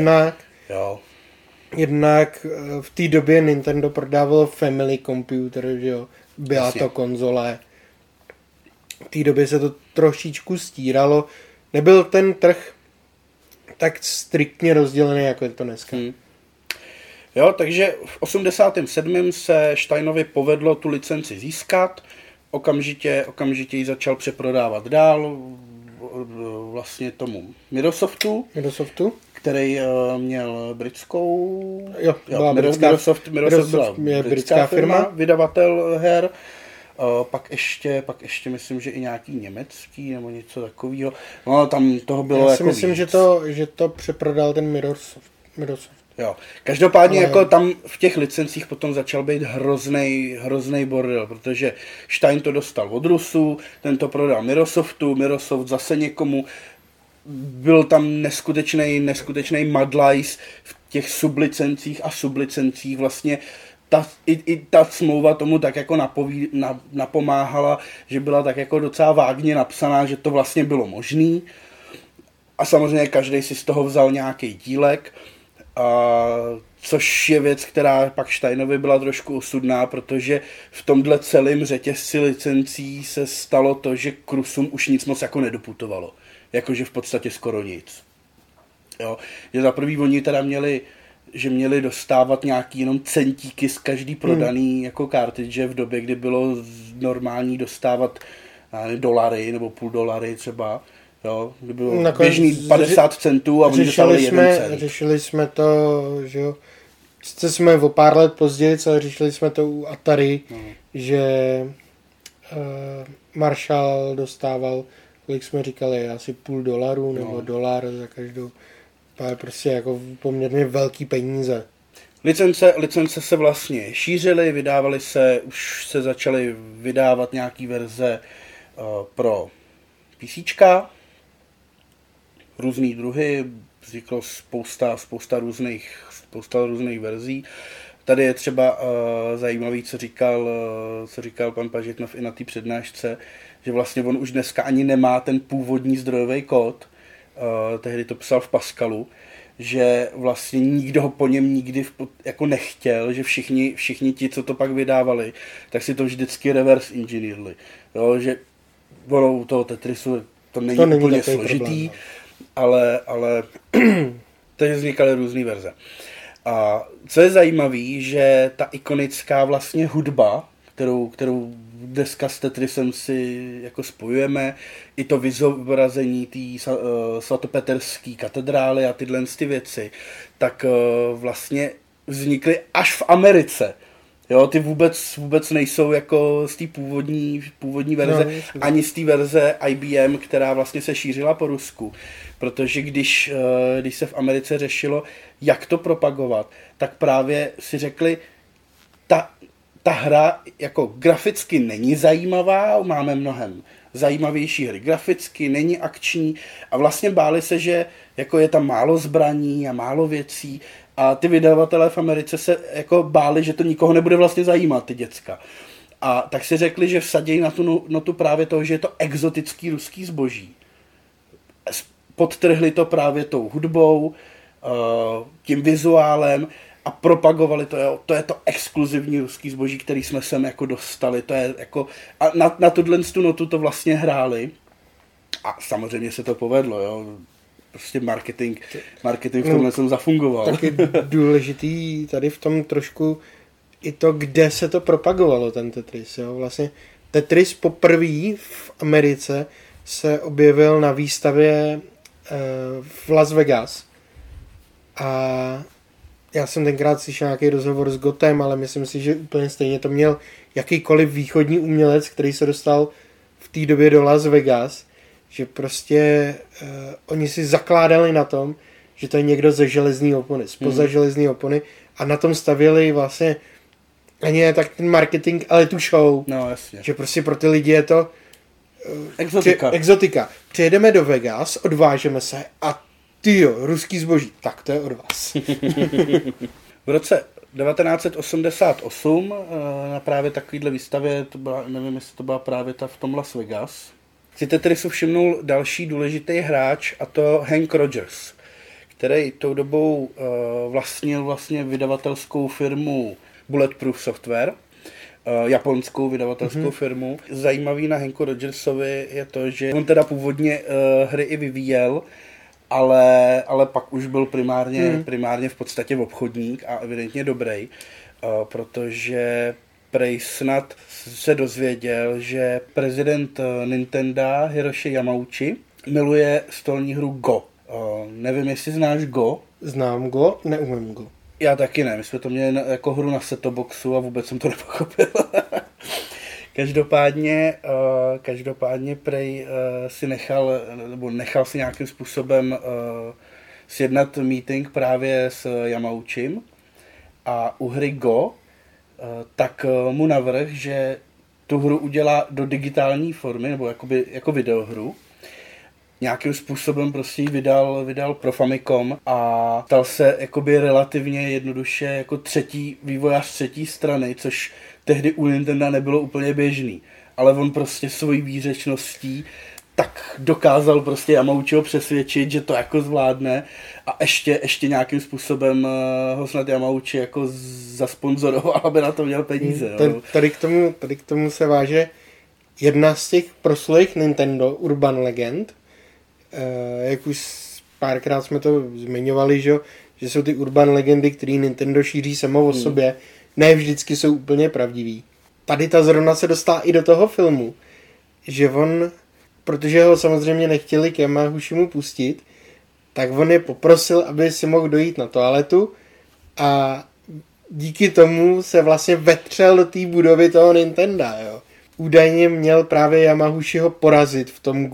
Jednak v té době Nintendo prodávalo Family Computer, že jo, byla Jasně. To konzole. V té době se to trošičku stíralo. Nebyl ten trh tak striktně rozdělený, jako je to dneska. Jo, takže v 87. se Steinovi povedlo tu licenci získat, okamžitě ji začal přeprodávat dál vlastně tomu Microsoftu, který měl britskou... Microsoft byla britská firma, vydavatel her. Pak ještě myslím, že i nějaký německý nebo něco takového. No, tam toho bylo. Já si myslím, že to přeprodal ten Microsoft. Jo. Každopádně jako tam v těch licencích potom začal být hroznej bordel, protože Stein to dostal od Rusů, ten to prodal Microsoftu, Microsoft zase někomu. Byl tam neskutečný madlajs v těch sublicencích a sublicencích vlastně. Ta smlouva tomu tak jako napomáhala, že byla tak jako docela vágně napsaná, že to vlastně bylo možný. A samozřejmě každý si z toho vzal nějaký dílek, což je věc, která pak Steinovi byla trošku osudná, protože v tomhle celém řetězci licencí se stalo to, že k Rusům už nic moc jako nedoputovalo. Jakože v podstatě skoro nic. Jo. Že za prvý oni teda měli že měli dostávat nějaký jenom centíky z každý prodaný jako cartridge v době, kdy bylo normální dostávat dolary nebo $0,5 třeba. Jo, kdy bylo běžný 50 centů a oni dostávali 1 cent. Řešili jsme to, že jo, sice jsme o pár let později, ale řešili jsme to u Atari, že Marshall dostával, kolik jsme říkali, asi $0,5 nebo $1 za každou. To je prostě jako poměrně velký peníze. Licence se vlastně šířily, vydávaly se, už se začaly vydávat nějaký verze pro PCčka, různý druhy, vzniklo spousta různých verzí. Tady je třeba zajímavý, co říkal pan Pažitnov i na té přednášce, že vlastně on už dneska ani nemá ten původní zdrojový kód, tehdy to psal v Pascalu, že vlastně nikdo ho po něm nikdy jako nechtěl, že všichni ti, co to pak vydávali, tak si to vždycky reverse engineerli. Jo, že u toho Tetrisu to není úplně složitý, problém, ale takže vznikaly různé verze. A co je zajímavé, že ta ikonická vlastně hudba, kterou dneska s Tetrisem si jako spojujeme, i to vyzobrazení té svatopeterské katedrály a tyhle ty věci, tak vlastně vznikly až v Americe. Jo, ty vůbec nejsou jako z té původní verze, ani z té verze IBM, která vlastně se šířila po Rusku. Protože když se v Americe řešilo, jak to propagovat, tak právě si řekli, ta hra jako graficky není zajímavá, máme mnohem zajímavější hry graficky, není akční a vlastně báli se, že jako je tam málo zbraní a málo věcí a ty vydavatelé v Americe se jako báli, že to nikoho nebude vlastně zajímat, ty děcka. A tak si řekli, že vsadějí na tu notu právě toho, že je to exotický ruský zboží. Podtrhli to právě tou hudbou, tím vizuálem a propagovali to, jo. To je to exkluzivní ruský zboží, který jsme sem jako dostali. To je jako, a na tuhle notu to vlastně hráli a samozřejmě se to povedlo. Jo. Prostě marketing v tomhle jsem zafungoval. Taky důležitý tady v tom trošku i to, kde se to propagovalo, ten Tetris. Jo. Vlastně Tetris poprvé v Americe se objevil na výstavě v Las Vegas a já jsem tenkrát slyšel nějaký rozhovor s Gotem, ale myslím si, že úplně stejně to měl jakýkoliv východní umělec, který se dostal v té době do Las Vegas, že prostě oni si zakládali na tom, že to je někdo ze železní opony, spoza železní opony a na tom stavěli vlastně ani ne tak ten marketing, ale tu show. No, jasně. Že prostě pro ty lidi je to exotika. Přijedeme do Vegas, odvážeme se a tyjo, ruský zboží, tak to je od vás. V roce 1988 na právě takovýhle výstavě, to byla, nevím, jestli to byla právě ta v tom Las Vegas, si Tetrisu všimnul další důležitý hráč a to Hank Rogers, který tou dobou vlastnil vlastně vydavatelskou firmu Bulletproof Software, japonskou vydavatelskou firmu. Zajímavý na Hanku Rogersovi je to, že on teda původně hry i vyvíjel, ale pak už byl primárně v podstatě obchodník a evidentně dobrý, protože prej snad se dozvěděl, že prezident Nintendo Hiroshi Yamauchi miluje stolní hru Go. Nevím, jestli znáš Go. Znám Go, neumím Go. Já taky ne, my jsme to měli jako hru na setoboxu a vůbec jsem to nepochopil. Každopádně prej si nechal si nějakým způsobem sjednat meeting právě s Yamauchim a u hry Go tak mu navrhl, že tu hru udělá do digitální formy, nebo jako videohru. Nějakým způsobem prostě ji vydal pro Famicom a stal se jakoby relativně jednoduše jako vývojář třetí strany, což tehdy u Nintendo nebylo úplně běžný. Ale on prostě svojí výřečností tak dokázal prostě Yamauchiho přesvědčit, že to jako zvládne a ještě nějakým způsobem ho snad Yamauchi jako zasponzoroval, aby na to měl peníze. Tady k tomu se váže jedna z těch proslulých Nintendo Urban Legend, jak už párkrát jsme to zmiňovali, že jsou ty urban legendy, které Nintendo šíří samo o sobě, ne vždycky jsou úplně pravdivý. Tady ta zrovna se dostala i do toho filmu, že on, protože ho samozřejmě nechtěli k Yamahushimu pustit, tak on je poprosil, aby si mohl dojít na toaletu a díky tomu se vlastně vetřel do té budovy toho Nintendo, jo. Údajně měl právě Yamahushiho porazit v tom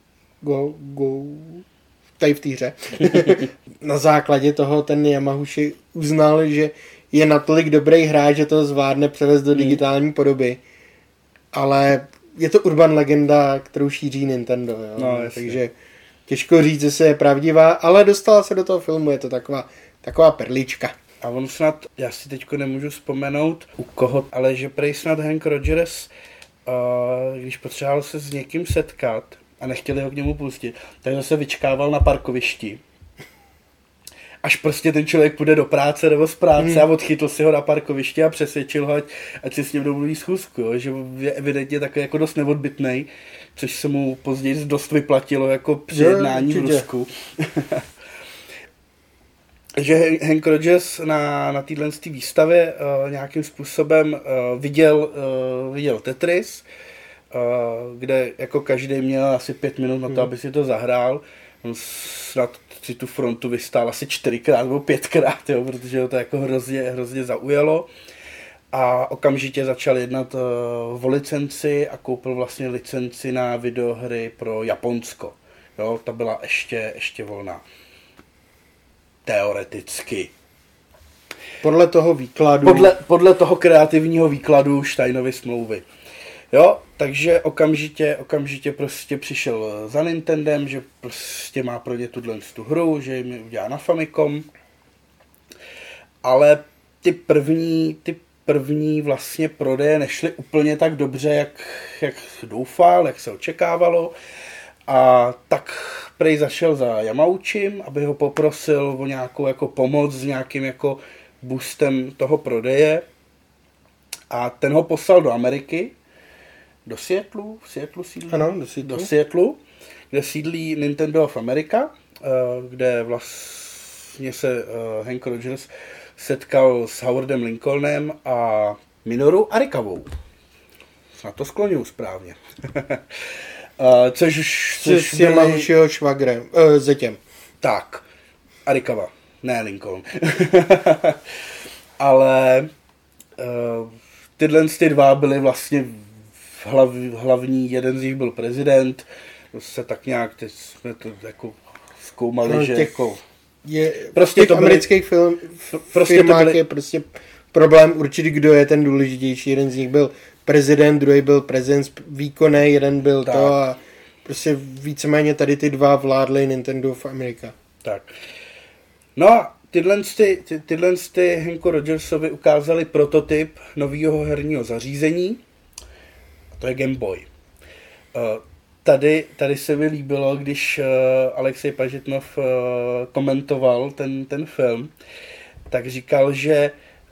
tady v té hře. Na základě toho ten Yamahushi uznal, že je natolik dobrý hráč, že to zvládne převést do digitální podoby. Ale je to urban legenda, kterou šíří Nintendo, jo. No, takže těžko říct, jestli je pravdivá, ale dostala se do toho filmu, je to taková perlička. A on snad, já si teďko nemůžu vzpomenout u koho, ale že prej snad Hank Rogers, když potřeboval se s někým setkat a nechtěli ho k němu pustit, tak zase vyčkával na parkovišti. Až prostě ten člověk půjde do práce nebo z práce a odchytl si ho na parkovišti a přesvědčil ho, ať si s ním domluví schůzku, jo? Že je evidentně takový jako dost neodbytnej, což se mu později dost vyplatilo jako při jednání v Rusku. Že Hank Rogers na téhle výstavě nějakým způsobem viděl Tetris, kde jako každý měl asi 5 minut na to, aby si to zahrál. On snad si tu frontu vystál asi 4x nebo 5x, jo, protože ho to jako hrozně zaujalo. A okamžitě začal jednat o licenci a koupil vlastně licenci na videohry pro Japonsko. Jo, ta byla ještě volná. Teoreticky. Podle toho výkladu. Podle toho kreativního výkladu Steinovy smlouvy. Jo, takže okamžitě prostě přišel za Nintendem, že prostě má pro ně tu hru, že jim udělá na Famicom. Ale ty první vlastně prodeje nešly úplně tak dobře, jak doufal, jak se očekávalo. A tak prej zašel za Yamauchim, aby ho poprosil o nějakou jako pomoc s nějakým jako boostem toho prodeje. A ten ho poslal do Ameriky, do Seattlu, sídlí? Ano, do Seattlu, kde sídlí Nintendo of America, kde vlastně se Hank Rogers setkal s Howardem Lincolnem a Minoru Arikavou. Snad to skloňuji správně. Což je Yamahushiho švagrem, zetěm. Tak, Arikawa, ne Lincoln. Ale tyhle dva byly vlastně hlavní, jeden z nich byl prezident, se tak nějak, teď jsme to jako zkoumali, no, že jako... Prostě v těch amerických firmách je prostě problém určitě, kdo je ten důležitější. Jeden z nich byl prezident, druhý byl prezident výkonný, jeden byl tak. To a prostě víceméně tady ty dva vládly Nintendo of America. Tak. No a tyhle Hanku Rogersovi ukázali prototyp nového herního zařízení. A to je Game Boy. Tady se mi líbilo, když Alexej Pažitnov komentoval ten film, tak říkal, že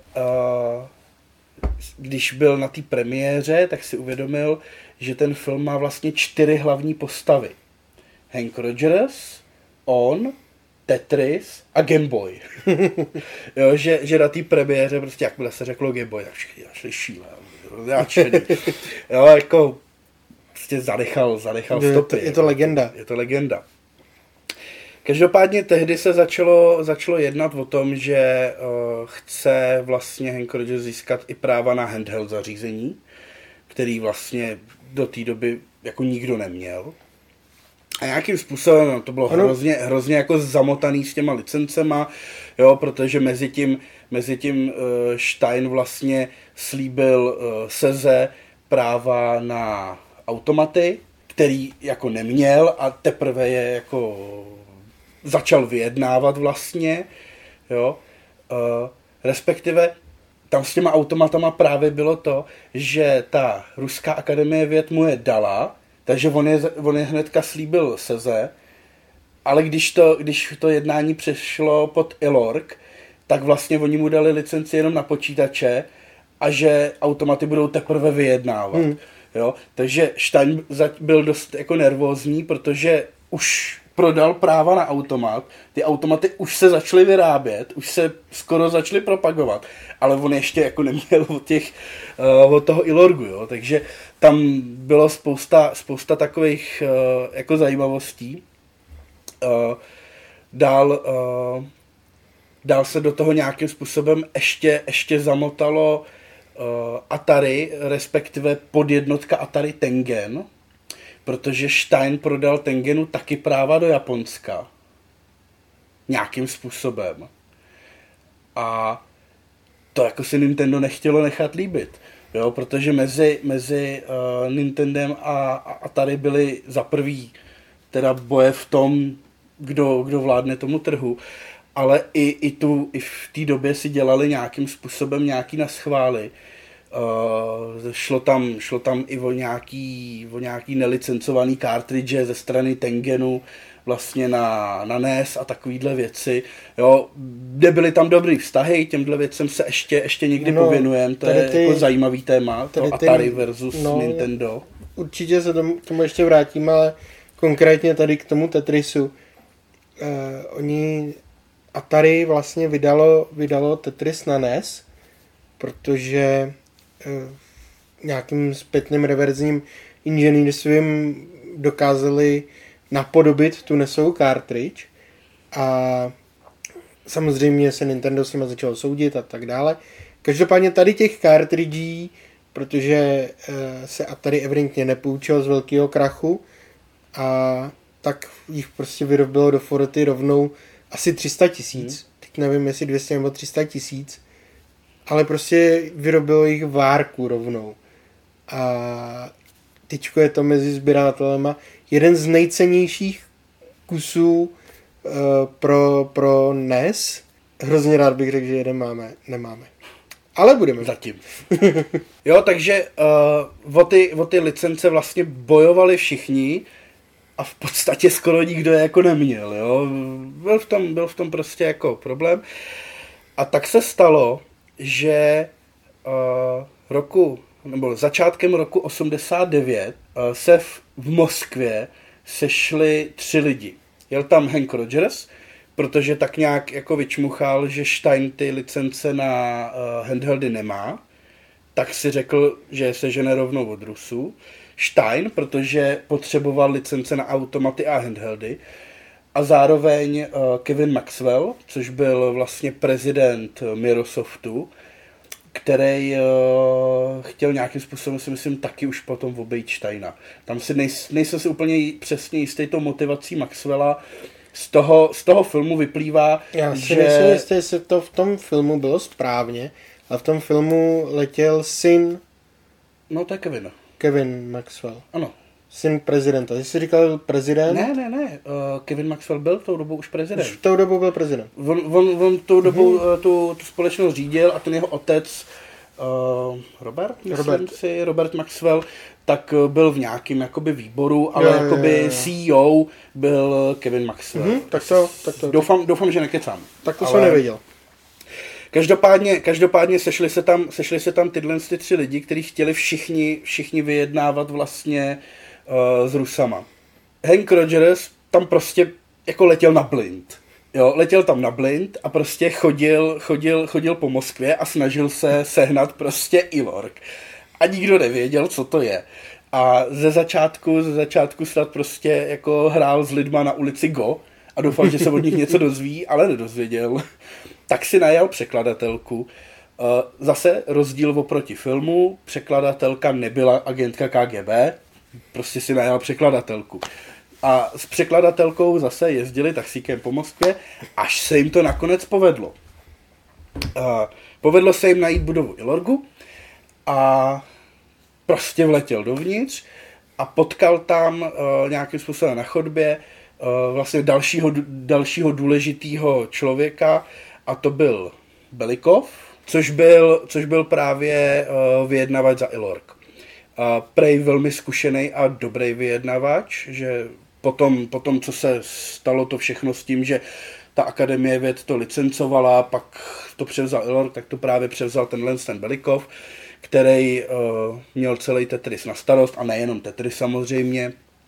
když byl na té premiéře, tak si uvědomil, že ten film má vlastně 4 hlavní postavy. Hank Rogers, on, Tetris a Game Boy. Jo, že na té premiéře prostě jakmile se řeklo Game Boy, tak všichni šli šílený. Jo, jako prostě zanechal stopy. Je to legenda. Je to legenda. Každopádně tehdy se začalo jednat o tom, že chce vlastně Hank Rogers získat i práva na handheld zařízení, který vlastně do té doby jako nikdo neměl. A nějakým způsobem to bylo hrozně jako zamotaný s těma licencema, jo, protože mezi tím Stein vlastně slíbil Seze práva na automaty, který jako neměl a teprve je jako začal vyjednávat vlastně, jo. Respektive tam s těma automatama právě bylo to, že ta Ruská akademie věd mu je dala, takže on je hnedka slíbil Seze, ale když to jednání přešlo pod ILORC, tak vlastně oni mu dali licenci jenom na počítače a že automaty budou teprve vyjednávat. Jo? Takže Stein byl dost jako nervózní, protože už prodal práva na automat, ty automaty už se začaly vyrábět, už se skoro začaly propagovat, ale on ještě jako neměl od toho Ilorgu, jo, takže tam bylo spousta takových jako zajímavostí. Dál se do toho nějakým způsobem ještě zamotalo Atari, respektive podjednotka Atari Tengen, protože Stein prodal Tengenu taky práva do Japonska. Nějakým způsobem. A to jako si Nintendo nechtělo nechat líbit. Jo, protože mezi Nintendem a Atari byly za prvý teda boje v tom, kdo vládne tomu trhu, ale i v té době si dělali nějakým způsobem nějaký naschvály. Šlo tam i o nějaký nelicencovaný cartridge ze strany Tengenu vlastně na NES a takovýhle věci. Jo, nebyly tam dobrý vztahy, těmhle věcem se ještě někdy pověnujeme, to je jako zajímavý téma, to Atari versus Nintendo. Určitě se tomu ještě vrátím, ale konkrétně tady k tomu Tetrisu. Atari vlastně vydalo Tetris na NES, protože nějakým zpětným reverzním inženýrstvím dokázali napodobit tu NESovou cartridge a samozřejmě se Nintendo s nimi začalo soudit a tak dále. Každopádně tady těch cartridží, protože se Atari evidentně nepoučil z velkého krachu a tak jich prostě vyrobilo do foroty rovnou asi 300 000, teď nevím jestli 200 nebo 300 000, ale prostě vyrobilo jich várku rovnou. A teďko je to mezi sběratelema jeden z nejcennějších kusů pro NES. Hrozně rád bych řekl, že jeden nemáme. Ale budeme. Zatím. Jo, takže o ty licence vlastně bojovali všichni a v podstatě skoro nikdo je jako neměl. Jo. Byl v tom prostě jako problém. A tak se stalo, že začátkem roku 89 se v Moskvě sešli 3 lidi. Jel tam Hank Rogers, protože tak nějak jako vyčmuchal, že Stein ty licence na handheldy nemá, tak si řekl, že se žene rovnou od Rusů. Stein, protože potřeboval licence na automaty a handheldy. A zároveň Kevin Maxwell, což byl vlastně prezident Microsoftu, který chtěl nějakým způsobem, si myslím, taky už potom obejít Steina. Tam si nejsem si úplně přesně jistý tou motivací Maxwella. Z toho filmu vyplývá, já si nejsem jistý, jestli to v tom filmu bylo správně, ale v tom filmu letěl syn... No, to je Kevin Maxwell. Ano. Syn prezidenta. Ty jsi říkal prezident? Ne. Kevin Maxwell byl tou dobou už prezident. Už v tou dobou byl prezident. On tou dobou tu společnost řídil a ten jeho otec Robert Maxwell, tak byl v nějakém jakoby výboru, ale jakoby CEO byl Kevin Maxwell. Tak to. Doufám, že nekecám. Tak to jsem nevěděl. Každopádně sešli se tam tyhle 3 lidi, kteří chtěli všichni vyjednávat vlastně s Rusama. Hank Rogers tam prostě jako letěl na blind. Jo, letěl tam na blind a prostě chodil po Moskvě a snažil se sehnat prostě Ilorg. A nikdo nevěděl, co to je. A ze začátku snad prostě jako hrál s lidma na ulici Go a doufal, že se od nich něco dozví, ale nedozvěděl. Tak si najal překladatelku. Zase rozdíl oproti filmu, překladatelka nebyla agentka KGB, prostě si najal překladatelku. A s překladatelkou zase jezdili taxíkem po Moskvě, až se jim to nakonec povedlo. Povedlo se jim najít budovu Ilorgu a prostě vletěl dovnitř a potkal tam nějakým způsobem na chodbě vlastně dalšího důležitého člověka, a to byl Belikov, což byl právě vyjednavač za Ilorg. Prej velmi zkušený a dobrý vyjednavač, že potom, co se stalo to všechno s tím, že ta Akademie věd to licencovala, pak to převzal Ilorg, tak to právě převzal ten Belikov, který měl celý Tetris na starost, a nejenom Tetris samozřejmě.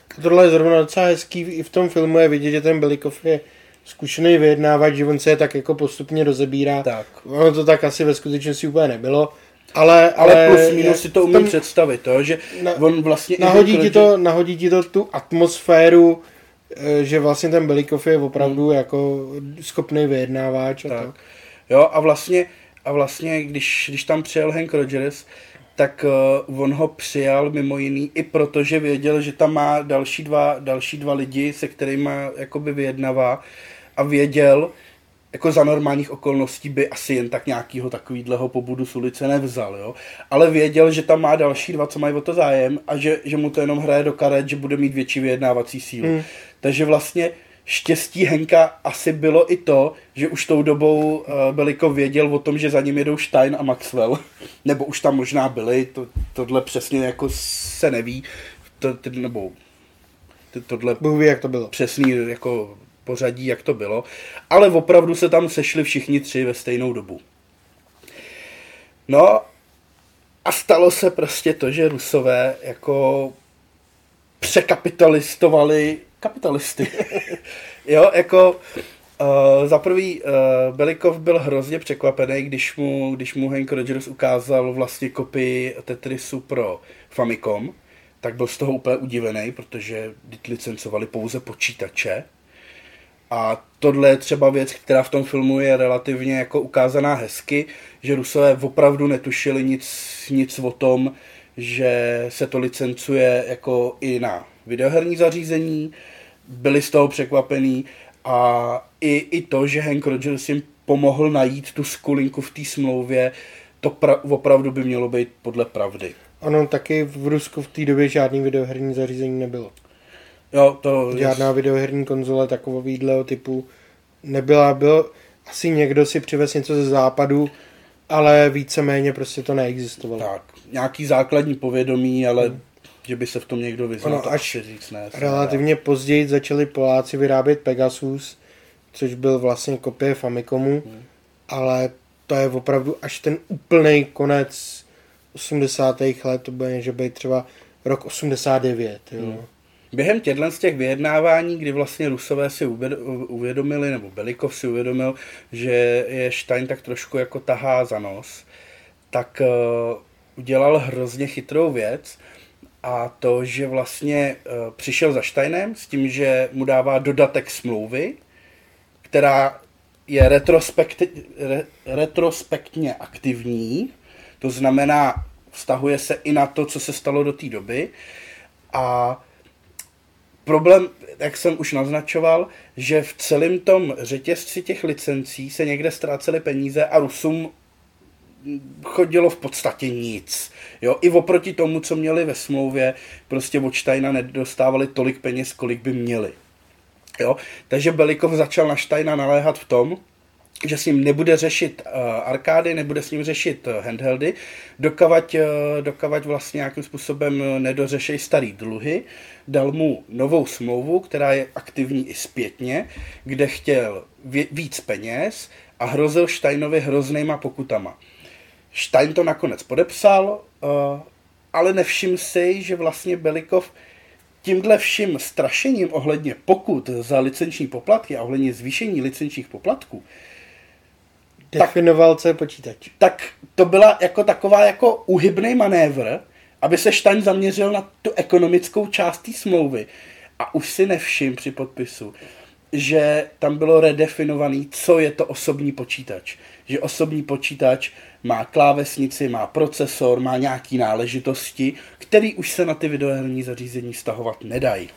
Tohle je zrovna docela hezký, i v tom filmu je vidět, že ten Belikov je zkušený vyjednávač, že on se je tak jako postupně rozebírá. Tak. Ono to tak asi ve skutečnosti úplně nebylo. Ale plus minus si to umím představit, to, že on vlastně... Nahodí ti to tu atmosféru, že vlastně ten Belikov je opravdu jako schopný vyjednávač. A tak. Jo, a vlastně když tam přijel Hank Rogers, tak on ho přijal mimo jiný i protože věděl, že tam má další dva lidi, se kterými jakoby vyjednavá, a věděl, jako za normálních okolností by asi jen tak nějakýho takovýhleho pobudu z ulice nevzal, jo? Ale věděl, že tam má další dva, co mají o to zájem, a že mu to jenom hraje do karet, že bude mít větší vyjednávací sílu. Takže vlastně štěstí Henka asi bylo i to, že už tou dobou Belikov věděl o tom, že za ním jedou Stein a Maxwell, nebo už tam možná byli, tohle přesně jako se neví, tohle Bůh ví, jak to bylo. Přesný jako pořadí, jak to bylo, ale opravdu se tam sešli všichni tři ve stejnou dobu. No a stalo se prostě to, že Rusové jako překapitalistovali kapitalisty. Jo, jako za prvý Belikov byl hrozně překvapený, když mu Hank Rogers ukázal vlastně kopii Tetrisu pro Famicom, tak byl z toho úplně udivený, protože licencovali pouze počítače. A tohle je třeba věc, která v tom filmu je relativně jako ukázaná hezky, že Rusové opravdu netušili nic o tom, že se to licencuje jako i na videoherní zařízení, byli z toho překvapení, a i to, že Hank Rogers jim pomohl najít tu skulinku v té smlouvě, to opravdu by mělo být podle pravdy. Ano, taky v Rusku v té době žádný videoherní zařízení nebylo. Jo, žádná videoherní konzole takového typu nebyla. Byl asi někdo si přivez něco ze západu, ale víceméně prostě to neexistovalo. Tak, nějaký základní povědomí, ale že by se v tom někdo vyznal, to až říct ne. Relativně později začali Poláci vyrábět Pegasus, což byl vlastně kopie Famicomu, ale to je opravdu až ten úplný konec 80. let, to bude, že by třeba rok 89. Jo. Během z těch vyjednávání, kdy vlastně Rusové si uvědomili, nebo Belikov si uvědomil, že je Stein tak trošku jako tahá za nos, tak udělal hrozně chytrou věc, a to, že vlastně přišel za Steinem s tím, že mu dává dodatek smlouvy, která je retrospektně aktivní, to znamená, vztahuje se i na to, co se stalo do té doby, a problém, jak jsem už naznačoval, že v celém tom řetězci těch licencí se někde ztrácely peníze a Rusům chodilo v podstatě nic. Jo? I oproti tomu, co měli ve smlouvě, prostě od Steina nedostávali tolik peněz, kolik by měli. Jo? Takže Belikov začal na Steina naléhat v tom, že s ním nebude řešit arkády, nebude s ním řešit handheldy, dokavať vlastně nějakým způsobem nedořešej starý dluhy, dal mu novou smlouvu, která je aktivní i zpětně, kde chtěl víc peněz a hrozil Steinovi hroznýma pokutama. Stein to nakonec podepsal, ale nevšiml si, že vlastně Belikov tímhle vším strašením ohledně pokut za licenční poplatky a ohledně zvýšení licenčních poplatků definoval, co je počítač. Tak to byla jako taková jako uhybný manévr, aby se Stein zaměřil na tu ekonomickou část té smlouvy. A už si nevšim při podpisu, že tam bylo redefinovaný, co je to osobní počítač. Že osobní počítač má klávesnici, má procesor, má nějaký náležitosti, který už se na ty videoherní zařízení vztahovat nedají.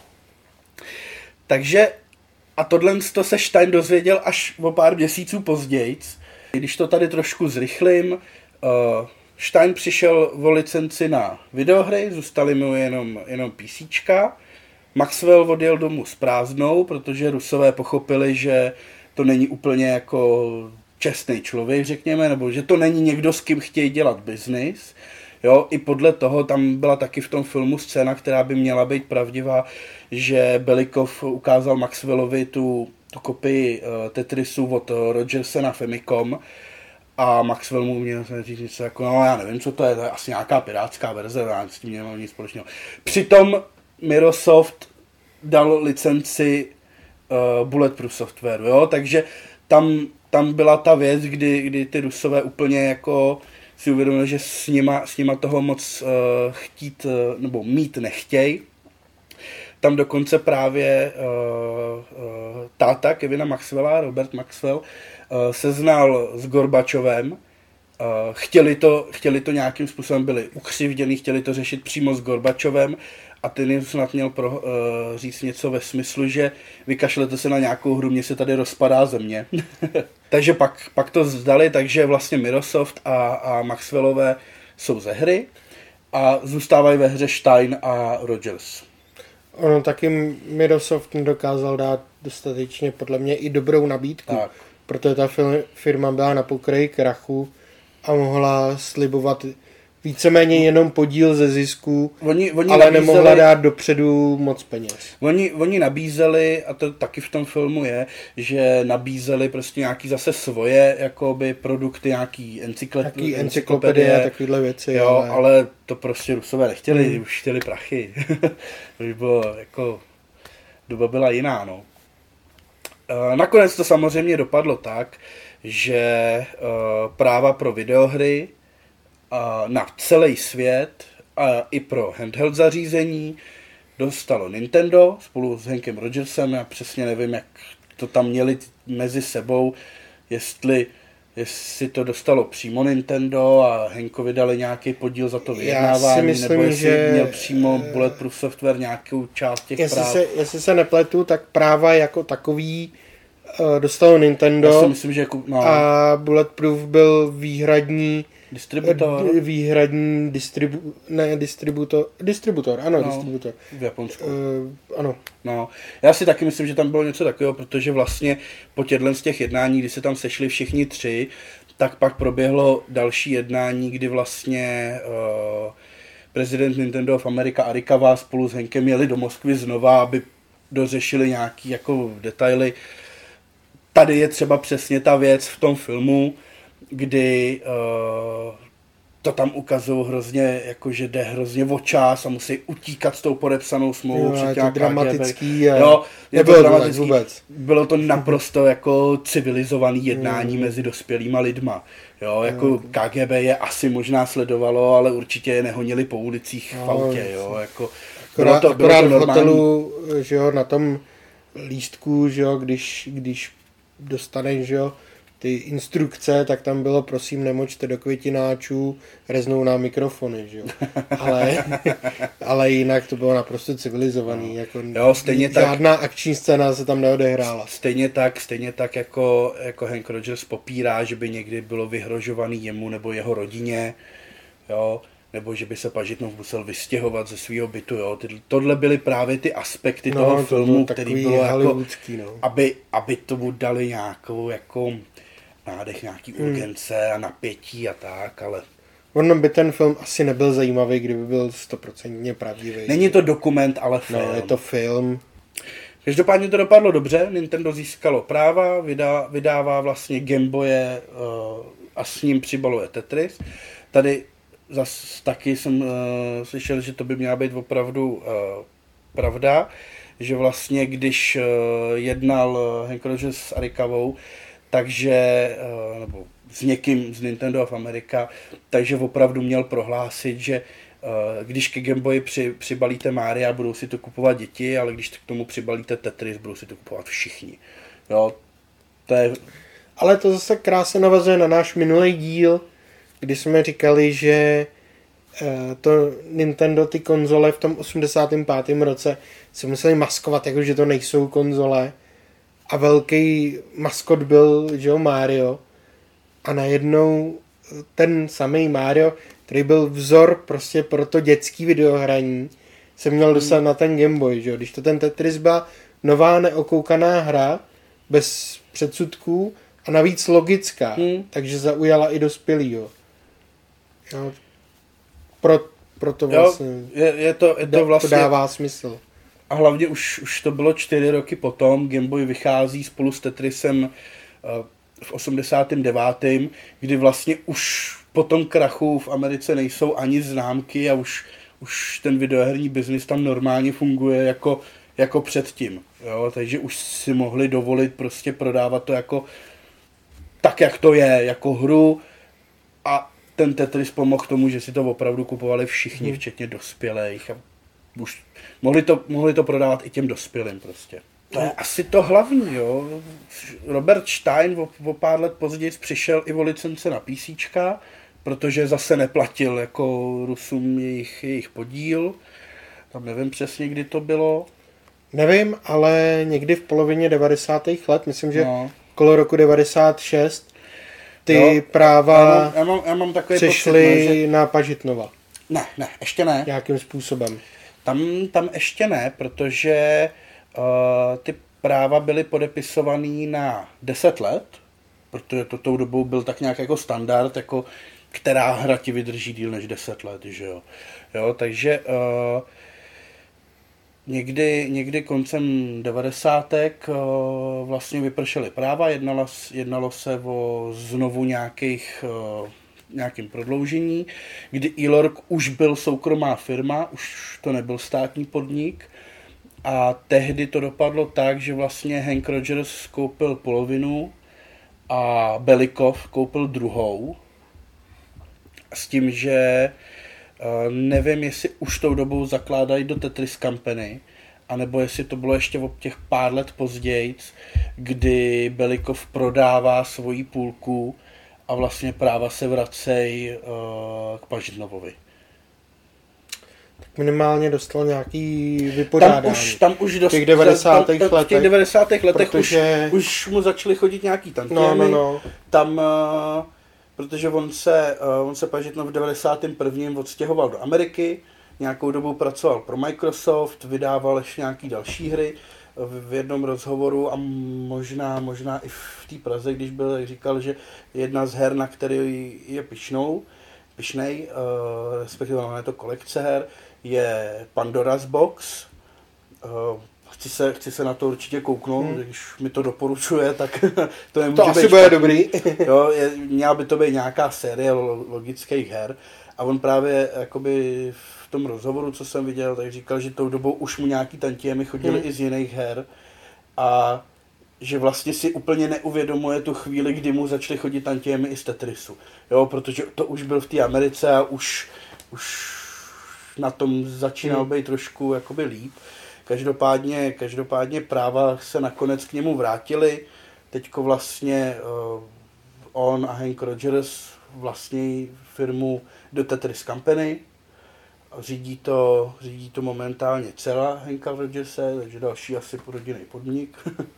Takže a tohle se Stein dozvěděl až o pár měsíců později. Když to tady trošku zrychlím, Stein přišel o licenci na videohry, zůstaly mu jenom PCčka. Maxwell odjel domů s prázdnou, protože Rusové pochopili, že to není úplně jako čestný člověk, řekněme, nebo že to není někdo, s kým chtějí dělat biznis. Jo, i podle toho tam byla taky v tom filmu scéna, která by měla být pravdivá, že Belikov ukázal Maxwellovi tu kopii Tetrisu od Rogersa na Famicom a Maxwell mu měl říct něco jako, no já nevím, co to je asi nějaká pirátská verze, já s tím nemám nic společného. Přitom Microsoft dal licenci Bulletproof Softwareu, jo, takže tam byla ta věc, kdy ty Rusové úplně jako si uvědomili, že s nima toho moc chtít nebo mít nechtěj. Tam dokonce právě táta Kevina Maxwella, Robert Maxwell, se znal s Gorbačovem. Chtěli to nějakým způsobem, byli ukřivděni, chtěli to řešit přímo s Gorbačovem a ten jim snad měl říct něco ve smyslu, že vykašlete se na nějakou hru, mně se tady rozpadá země. Takže pak to zdali, takže vlastně Microsoft a Maxwellové jsou ze hry a zůstávají ve hře Stein a Rogers. Ono taky Microsoft nedokázal dát dostatečně podle mě i dobrou nabídku, Tak. protože ta firma byla na pokraji krachu a mohla slibovat víceméně jenom podíl ze zisku, Oni ale nemohla dát dopředu moc peněz. Oni nabízeli, a to taky v tom filmu je, že nabízeli prostě nějaký zase svoje jakoby produkty, nějaký encyklopedie, takovýhle věci. Jo, ale to prostě Rusové nechtěli, už chtěli prachy. To už bylo jako, doba byla jiná, no. Nakonec to samozřejmě dopadlo tak, že práva pro videohry na celý svět a i pro handheld zařízení dostalo Nintendo spolu s Hankem Rogersem. Já přesně nevím, jak to tam měli mezi sebou, jestli to dostalo přímo Nintendo a Hankovi dali nějaký podíl za to vyjednávání, myslím, nebo jestli měl přímo Bulletproof Software nějakou část těch práv. Jestli se nepletu, tak práva jako takový dostalo Nintendo. Já si myslím, že a Bulletproof byl výhradní distributor. V Japonsku. Ano. No, já si taky myslím, že tam bylo něco takového, protože vlastně po těchto z těch jednání, kdy se tam sešli všichni tři, tak pak proběhlo další jednání, kdy vlastně prezident Nintendo of America Arikawa spolu s Hankem jeli do Moskvy znova, aby dořešili nějaký jako detaily. Tady je třeba přesně ta věc v tom filmu, kdy to tam ukazují hrozně, jakože jde hrozně o čas a musí utíkat s tou podepsanou smlouvou. Jo, je to dramatický. Jo, je to dramatický. Vůbec. Bylo to naprosto jako civilizovaný jednání mezi dospělýma lidma. Jo, jako KGB je asi možná sledovalo, ale určitě je nehonili po ulicích v autě. Jo, jako akorát v hotelu, že jo, na tom lístku, že jo, když dostaneš, že jo, ty instrukce, tak tam bylo, prosím, nemočte do květináčů, reznou na mikrofony, že jo. Ale jinak to bylo naprosto civilizovaný, jako jo, žádná akční scéna se tam neodehrála. Stejně tak jako Hank Rogers popírá, že by někdy bylo vyhrožovaný jemu nebo jeho rodině, jo, nebo že by se Pažitnov musel vystěhovat ze svého bytu, jo. Tohle byly právě ty aspekty toho filmu, který bylo jako, aby tomu dali nějakou jako nádech, nějaký urgence a napětí a tak, ale... On by ten film asi nebyl zajímavý, kdyby byl 100% pravdivý. Není to dokument, ale film. No, je to film. Každopádně to dopadlo dobře, Nintendo získalo práva, vydává vlastně Game Boye a s ním přibaluje Tetris. Tady zase taky jsem slyšel, že to by měla být opravdu pravda, že vlastně když jednal Hank Rogers s Arikawou, takže, nebo s někým z Nintendo of America, takže opravdu měl prohlásit, že když ke Game Boyi přibalíte Mária, budou si to kupovat děti, ale když k tomu přibalíte Tetris, budou si to kupovat všichni. Jo, to je... Ale to zase krásně navazuje na náš minulý díl, kdy jsme říkali, že to Nintendo, ty konzole v tom 85. roce se museli maskovat, jako že to nejsou konzole. A velký maskot byl, že jo, Mario. A najednou ten samý Mario, který byl vzor prostě pro to dětský videohraní, se měl dostat na ten Game Boy, že jo. Když to ten Tetris byla nová neokoukaná hra, bez předsudků a navíc logická, takže zaujala i dospělýho. Jo. Proto vlastně je to vlastně... to dává smysl. A hlavně už to bylo 4 roky potom, Game Boy vychází spolu s Tetrisem v 89., kdy vlastně už po tom krachu v Americe nejsou ani známky a už ten videoherní biznis tam normálně funguje jako předtím. Jo? Takže už si mohli dovolit prostě prodávat to jako tak, jak to je, jako hru a ten Tetris pomohl tomu, že si to opravdu kupovali všichni, včetně dospělých a už mohli to prodávat i těm dospělým prostě. To je asi to hlavní, jo. Robert Stein o pár let později přišel i o licence na PCčka, protože zase neplatil jako Rusům jejich podíl. Tam nevím přesně, kdy to bylo. Nevím, ale někdy v polovině 90. let, myslím, že okolo roku 96, ty práva já mám takový přešly pocit, že... na Pažitnova. Ne, ještě ne. Nějakým způsobem. Tam ještě ne, protože ty práva byly podepisovaný na 10 let, protože to tou dobou byl tak nějak jako standard, jako která hra ti vydrží díl než 10 let, že jo. Takže někdy koncem 90. Vlastně vypršely práva, jednalo se o znovu nějakým prodloužení, kdy E-Lorg už byl soukromá firma, už to nebyl státní podnik a tehdy to dopadlo tak, že vlastně Hank Rogers koupil polovinu a Belikov koupil druhou s tím, že nevím, jestli už tou dobou zakládají do Tetris Company, anebo jestli to bylo ještě o těch pár let později, kdy Belikov prodává svoji půlku a vlastně práva se vracejí k Pažitnovovi. Tak minimálně dostal nějaký vypořádání. Tam už v těch 90. letech. V těch 90. letech už mu začaly chodit nějaký tantiemy. No. Tam, protože on se Pažitnov v 91. odstěhoval do Ameriky, nějakou dobu pracoval pro Microsoft, vydával ještě nějaký další hry. V jednom rozhovoru a možná i v té Praze, když byl, tak říkal, že jedna z her, na který je pyšnej, respektive je to kolekce her, je Pandora's Box. Chci se na to určitě kouknout, když mi to doporučuje, tak to nemůže být. To asi bude dobrý. Jo, měla by to být nějaká série logických her a on právě jakoby v tom rozhovoru, co jsem viděl, tak říkal, že tou dobou už mu nějaký tantiemy chodili i z jiných her a že vlastně si úplně neuvědomuje tu chvíli, kdy mu začaly chodit tantiemy i z Tetrisu. Jo, protože to už byl v té Americe a už na tom začínal být trošku jakoby líp. Každopádně práva se nakonec k němu vrátily. Teďko vlastně on a Hank Rogers vlastní firmu The Tetris Company. Řídí to momentálně dcera Hanka Rogerse, takže další asi rodinný podnik.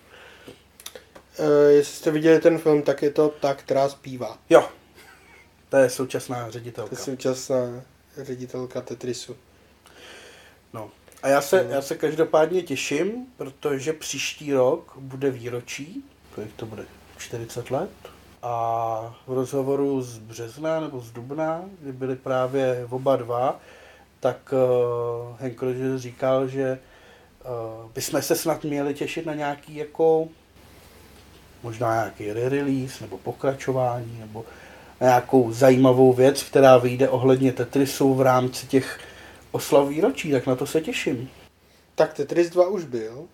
Jestli jste viděli ten film, tak je to ta, která zpívá. Jo, to je současná ředitelka. Tetrisu. No. A já se každopádně těším, protože příští rok bude výročí, kolik to bude, 40 let. A v rozhovoru z března nebo z dubna, kdy byli právě oba dva, tak Hank Rogers říkal, že bychom se snad měli těšit na nějaký jako možná nějaký re-release nebo pokračování nebo nějakou zajímavou věc, která vyjde ohledně Tetrisu v rámci těch oslav výročí, tak na to se těším. Tak Tetris 2 už byl.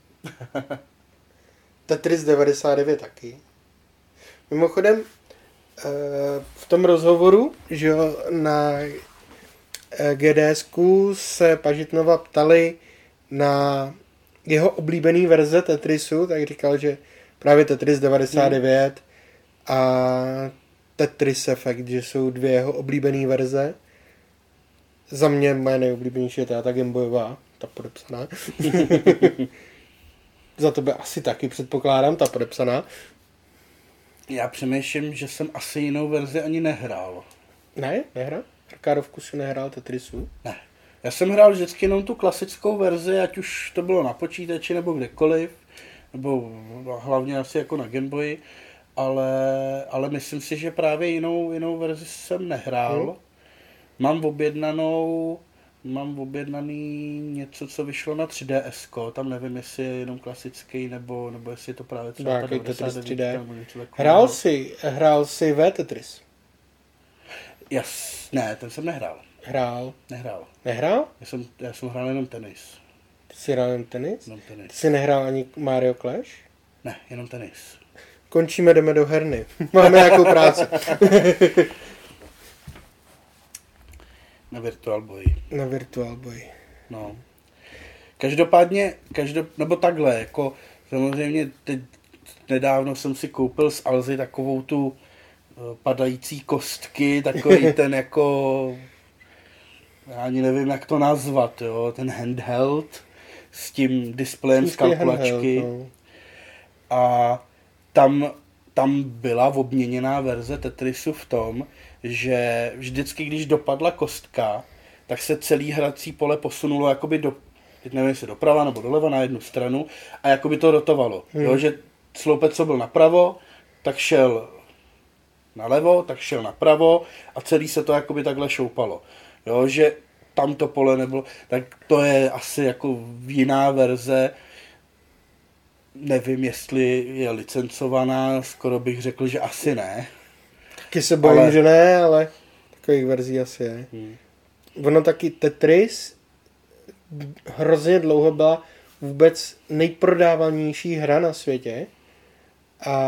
Tetris 99 taky. Mimochodem, v tom rozhovoru, že na GDSku se Pažitnova ptali na jeho oblíbený verze Tetrisu, tak říkal, že právě Tetris 99 a Tetris Effect, že jsou dvě jeho oblíbené verze. Za mě moje nejoblíbenější je ta Gameboyová, ta podepsaná. Za to by asi taky předpokládám, ta podepsaná. Já přemýšlím, že jsem asi jinou verzi ani nehrál. Ne? Nehrál? Arkádovku si nehrál Tetrisu? Ne. Já jsem hrál vždycky jenom tu klasickou verzi, ať už to bylo na počítači nebo kdekoliv, nebo hlavně asi jako na Gameboyi, ale myslím si, že právě jinou verzi jsem nehrál. Mám objednaný něco, co vyšlo na 3DS, tam nevím, jestli je jenom klasický, nebo jestli je to právě třeba Tetris 3D. Hrál jsi v Tetris? Ne, ten jsem nehrál. Nehrál? Já jsem hrál jenom tenis. Ty jsi hrál jen tenis? Jenom tenis. Ty jsi nehrál ani Mario Clash? Ne, jenom tenis. Končíme, jdeme do herny. Máme nějakou práci. Na Virtual Boy. Na Virtual Boy. No. Každopádně, nebo takhle, jako samozřejmě teď nedávno jsem si koupil z Alzy takovou tu padající kostky, takový ten jako, já ani nevím, jak to nazvat, jo, ten handheld s tím displejem z kalkulačky. Handheld, no. A tam byla obměněná verze Tetrisu v tom, že vždycky, když dopadla kostka, tak se celý hrací pole posunulo jakoby teď nevím, jestli doprava nebo doleva na jednu stranu a jakoby to rotovalo. Jo, že sloupec, co byl napravo, tak šel nalevo, tak šel napravo a celý se to jakoby takhle šoupalo. Jo, že tam to pole nebylo, tak to je asi jako jiná verze. Nevím, jestli je licencovaná, skoro bych řekl, že asi ne. Taky se bojím, že ne, ale takových verzí asi je. Ono taky Tetris hrozně dlouho byla vůbec nejprodávanější hra na světě. A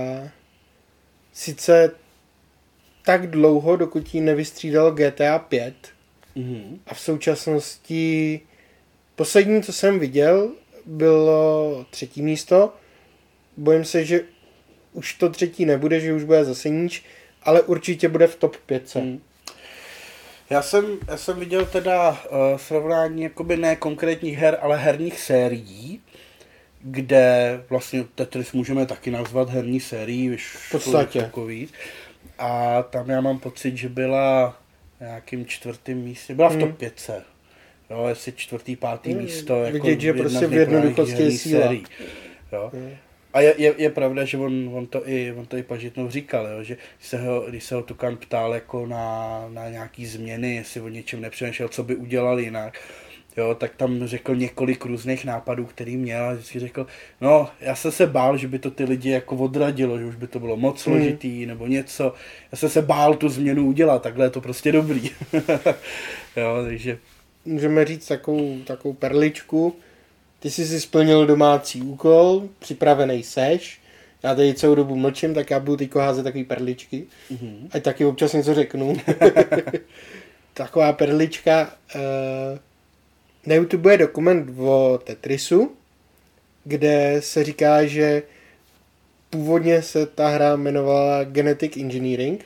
sice tak dlouho, dokud ji nevystřídalo GTA 5. A v současnosti poslední, co jsem viděl, bylo 3. místo. Bojím se, že už to 3. nebude, že už bude zase níž, ale určitě bude v top 5. Já jsem viděl teda srovnání jakoby ne konkrétních her, ale herních sérií, kde vlastně Tetris můžeme taky nazvat herní sérií, v podstatě. Takový. A tam já mám pocit, že byla na nějakým 4. místě, byla v top 5. Jo, jestli 4., 5. místo. Jako vidět, že prostě v jednoduchosti je síla. Jo. A je pravda, že on to i Pažitnov říkal, jo, že když se ho Tukan ptal jako na nějaký změny, jestli o něčem nepřemýšlel, co by udělal jinak, jo, tak tam řekl několik různých nápadů, který měl a vždycky řekl, no, já jsem se bál, že by to ty lidi jako odradilo, že už by to bylo moc složitý nebo něco. Já jsem se bál tu změnu udělat, takhle je to prostě dobrý. Jo, takže... Můžeme říct takovou perličku. Ty jsi si splnil domácí úkol, připravený seš. Já tady celou dobu mlčím, tak já budu teďko házet takový perličky. Ať taky občas něco řeknu. Taková perlička. Na YouTube je dokument o Tetrisu, kde se říká, že původně se ta hra jmenovala Genetic Engineering.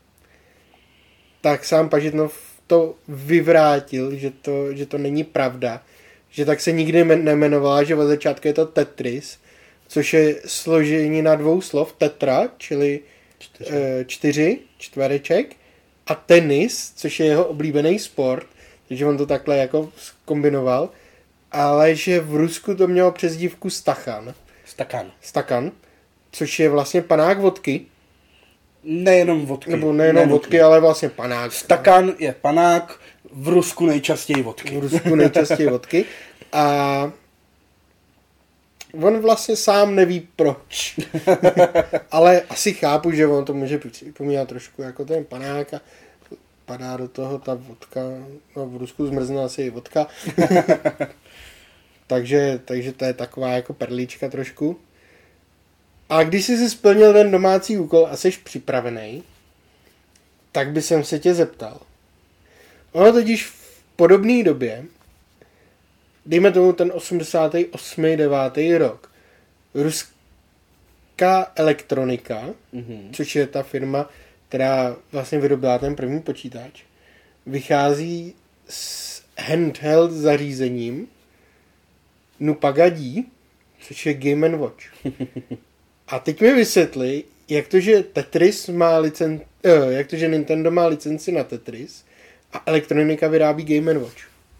Tak sám Pažitnov to vyvrátil, že to není pravda. Že tak se nikdy nemenovala, že od začátku je to Tetris, což je složení na 2 slov. Tetra, čili 4, čtvereček, a tenis, což je jeho oblíbený sport, takže on to takhle jako kombinoval, ale že v Rusku to mělo přezdívku Stakan, což je vlastně panák vodky. Nejenom vodky. Nebo nejenom vodky, ale vlastně panák. Stakan je panák, v Rusku nejčastěji vodky. A on vlastně sám neví proč. Ale asi chápu, že on to může připomínat trošku jako ten panák a padá do toho ta vodka. No v Rusku zmrzne asi i vodka. takže to je taková jako perlička trošku. A když jsi si splnil ten domácí úkol a jsi připravený, tak by jsem se tě zeptal. Ono totiž v podobné době, dejme tomu ten 88. 9. rok, ruská elektronika, což je ta firma, která vlastně vyrobila ten první počítač, vychází s handheld zařízením Nupagadí, což je Game & Watch. A teď mi vysvětli, jak to, že Nintendo má licenci na Tetris a elektronika vyrábí Game & Watch.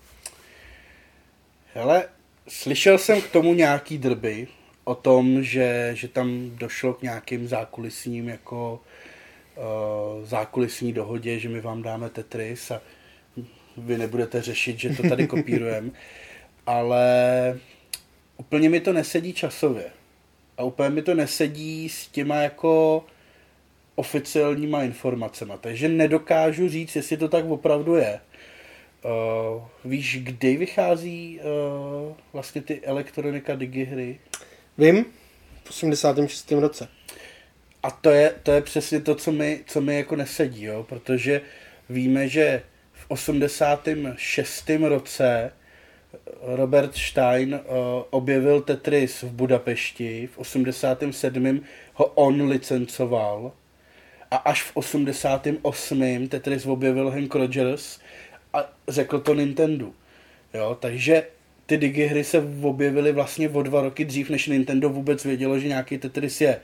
Hele, slyšel jsem k tomu nějaký drby o tom, že tam došlo k nějakým zákulisním jako zákulisní dohodě, že my vám dáme Tetris a vy nebudete řešit, že to tady kopírujeme, ale úplně mi to nesedí časově. A úplně mi to nesedí s těma jako oficiálníma informacema. Takže nedokážu říct, jestli to tak opravdu je. Víš, kdy vychází vlastně ty elektronika digihry? Vím, v 86. roce. A to je přesně to, co mi jako nesedí, jo? Protože víme, že v 86. roce Robert Stein objevil Tetris v Budapešti, v 87. ho on licencoval a až v 88. Tetris objevil Hank Rogers a řekl to Nintendo. Jo? Takže ty digihry se objevily vlastně o 2 roky dřív, než Nintendo vůbec vědělo, že nějaký Tetris je.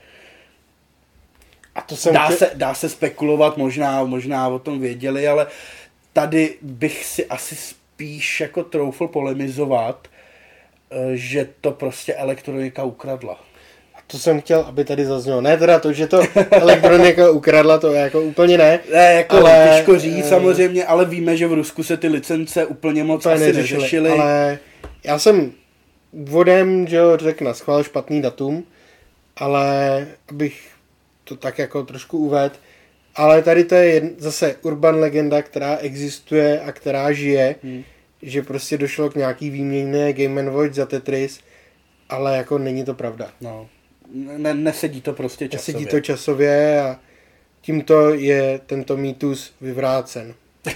A to Dá se spekulovat, možná o tom věděli, ale tady bych si asi spíš jako troufl polemizovat, že to prostě elektronika ukradla. A to jsem chtěl, aby tady zaznělo. Ne teda to, že to elektronika ukradla, to jako úplně ne. Ne, jako ale, těžko říct samozřejmě, ale víme, že v Rusku se ty licence úplně moc asi neřešily. Ale já jsem úvodem, že jo, řekl na schvál špatný datum, ale abych to tak jako trošku uvedl, ale tady to je zase urban legenda, která existuje a která žije, že prostě došlo k nějaký výměně Game & Watch za Tetris, ale jako není to pravda. No, nesedí to prostě časově. Nesedí to časově a tímto je tento mýtus vyvrácen.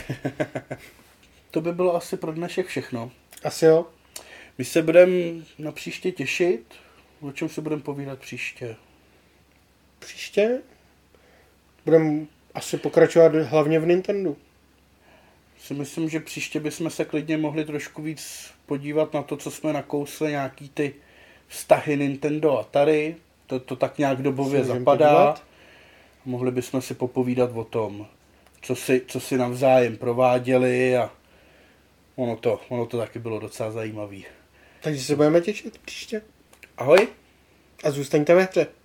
To by bylo asi pro dnešek všechno. Asi jo. My se budeme na příště těšit. O čem se budeme povídat příště? Příště budeme asi pokračovat hlavně v Nintendo. Si myslím, že příště bychom se klidně mohli trošku víc podívat na to, co jsme nakousli, nějaký ty vztahy Nintendo a Atari. To tak nějak dobově zapadá. Podívat. Mohli bychom si popovídat o tom, co si navzájem prováděli a ono to taky bylo docela zajímavý. Takže se budeme těšit příště. Ahoj. A zůstaňte ve hře.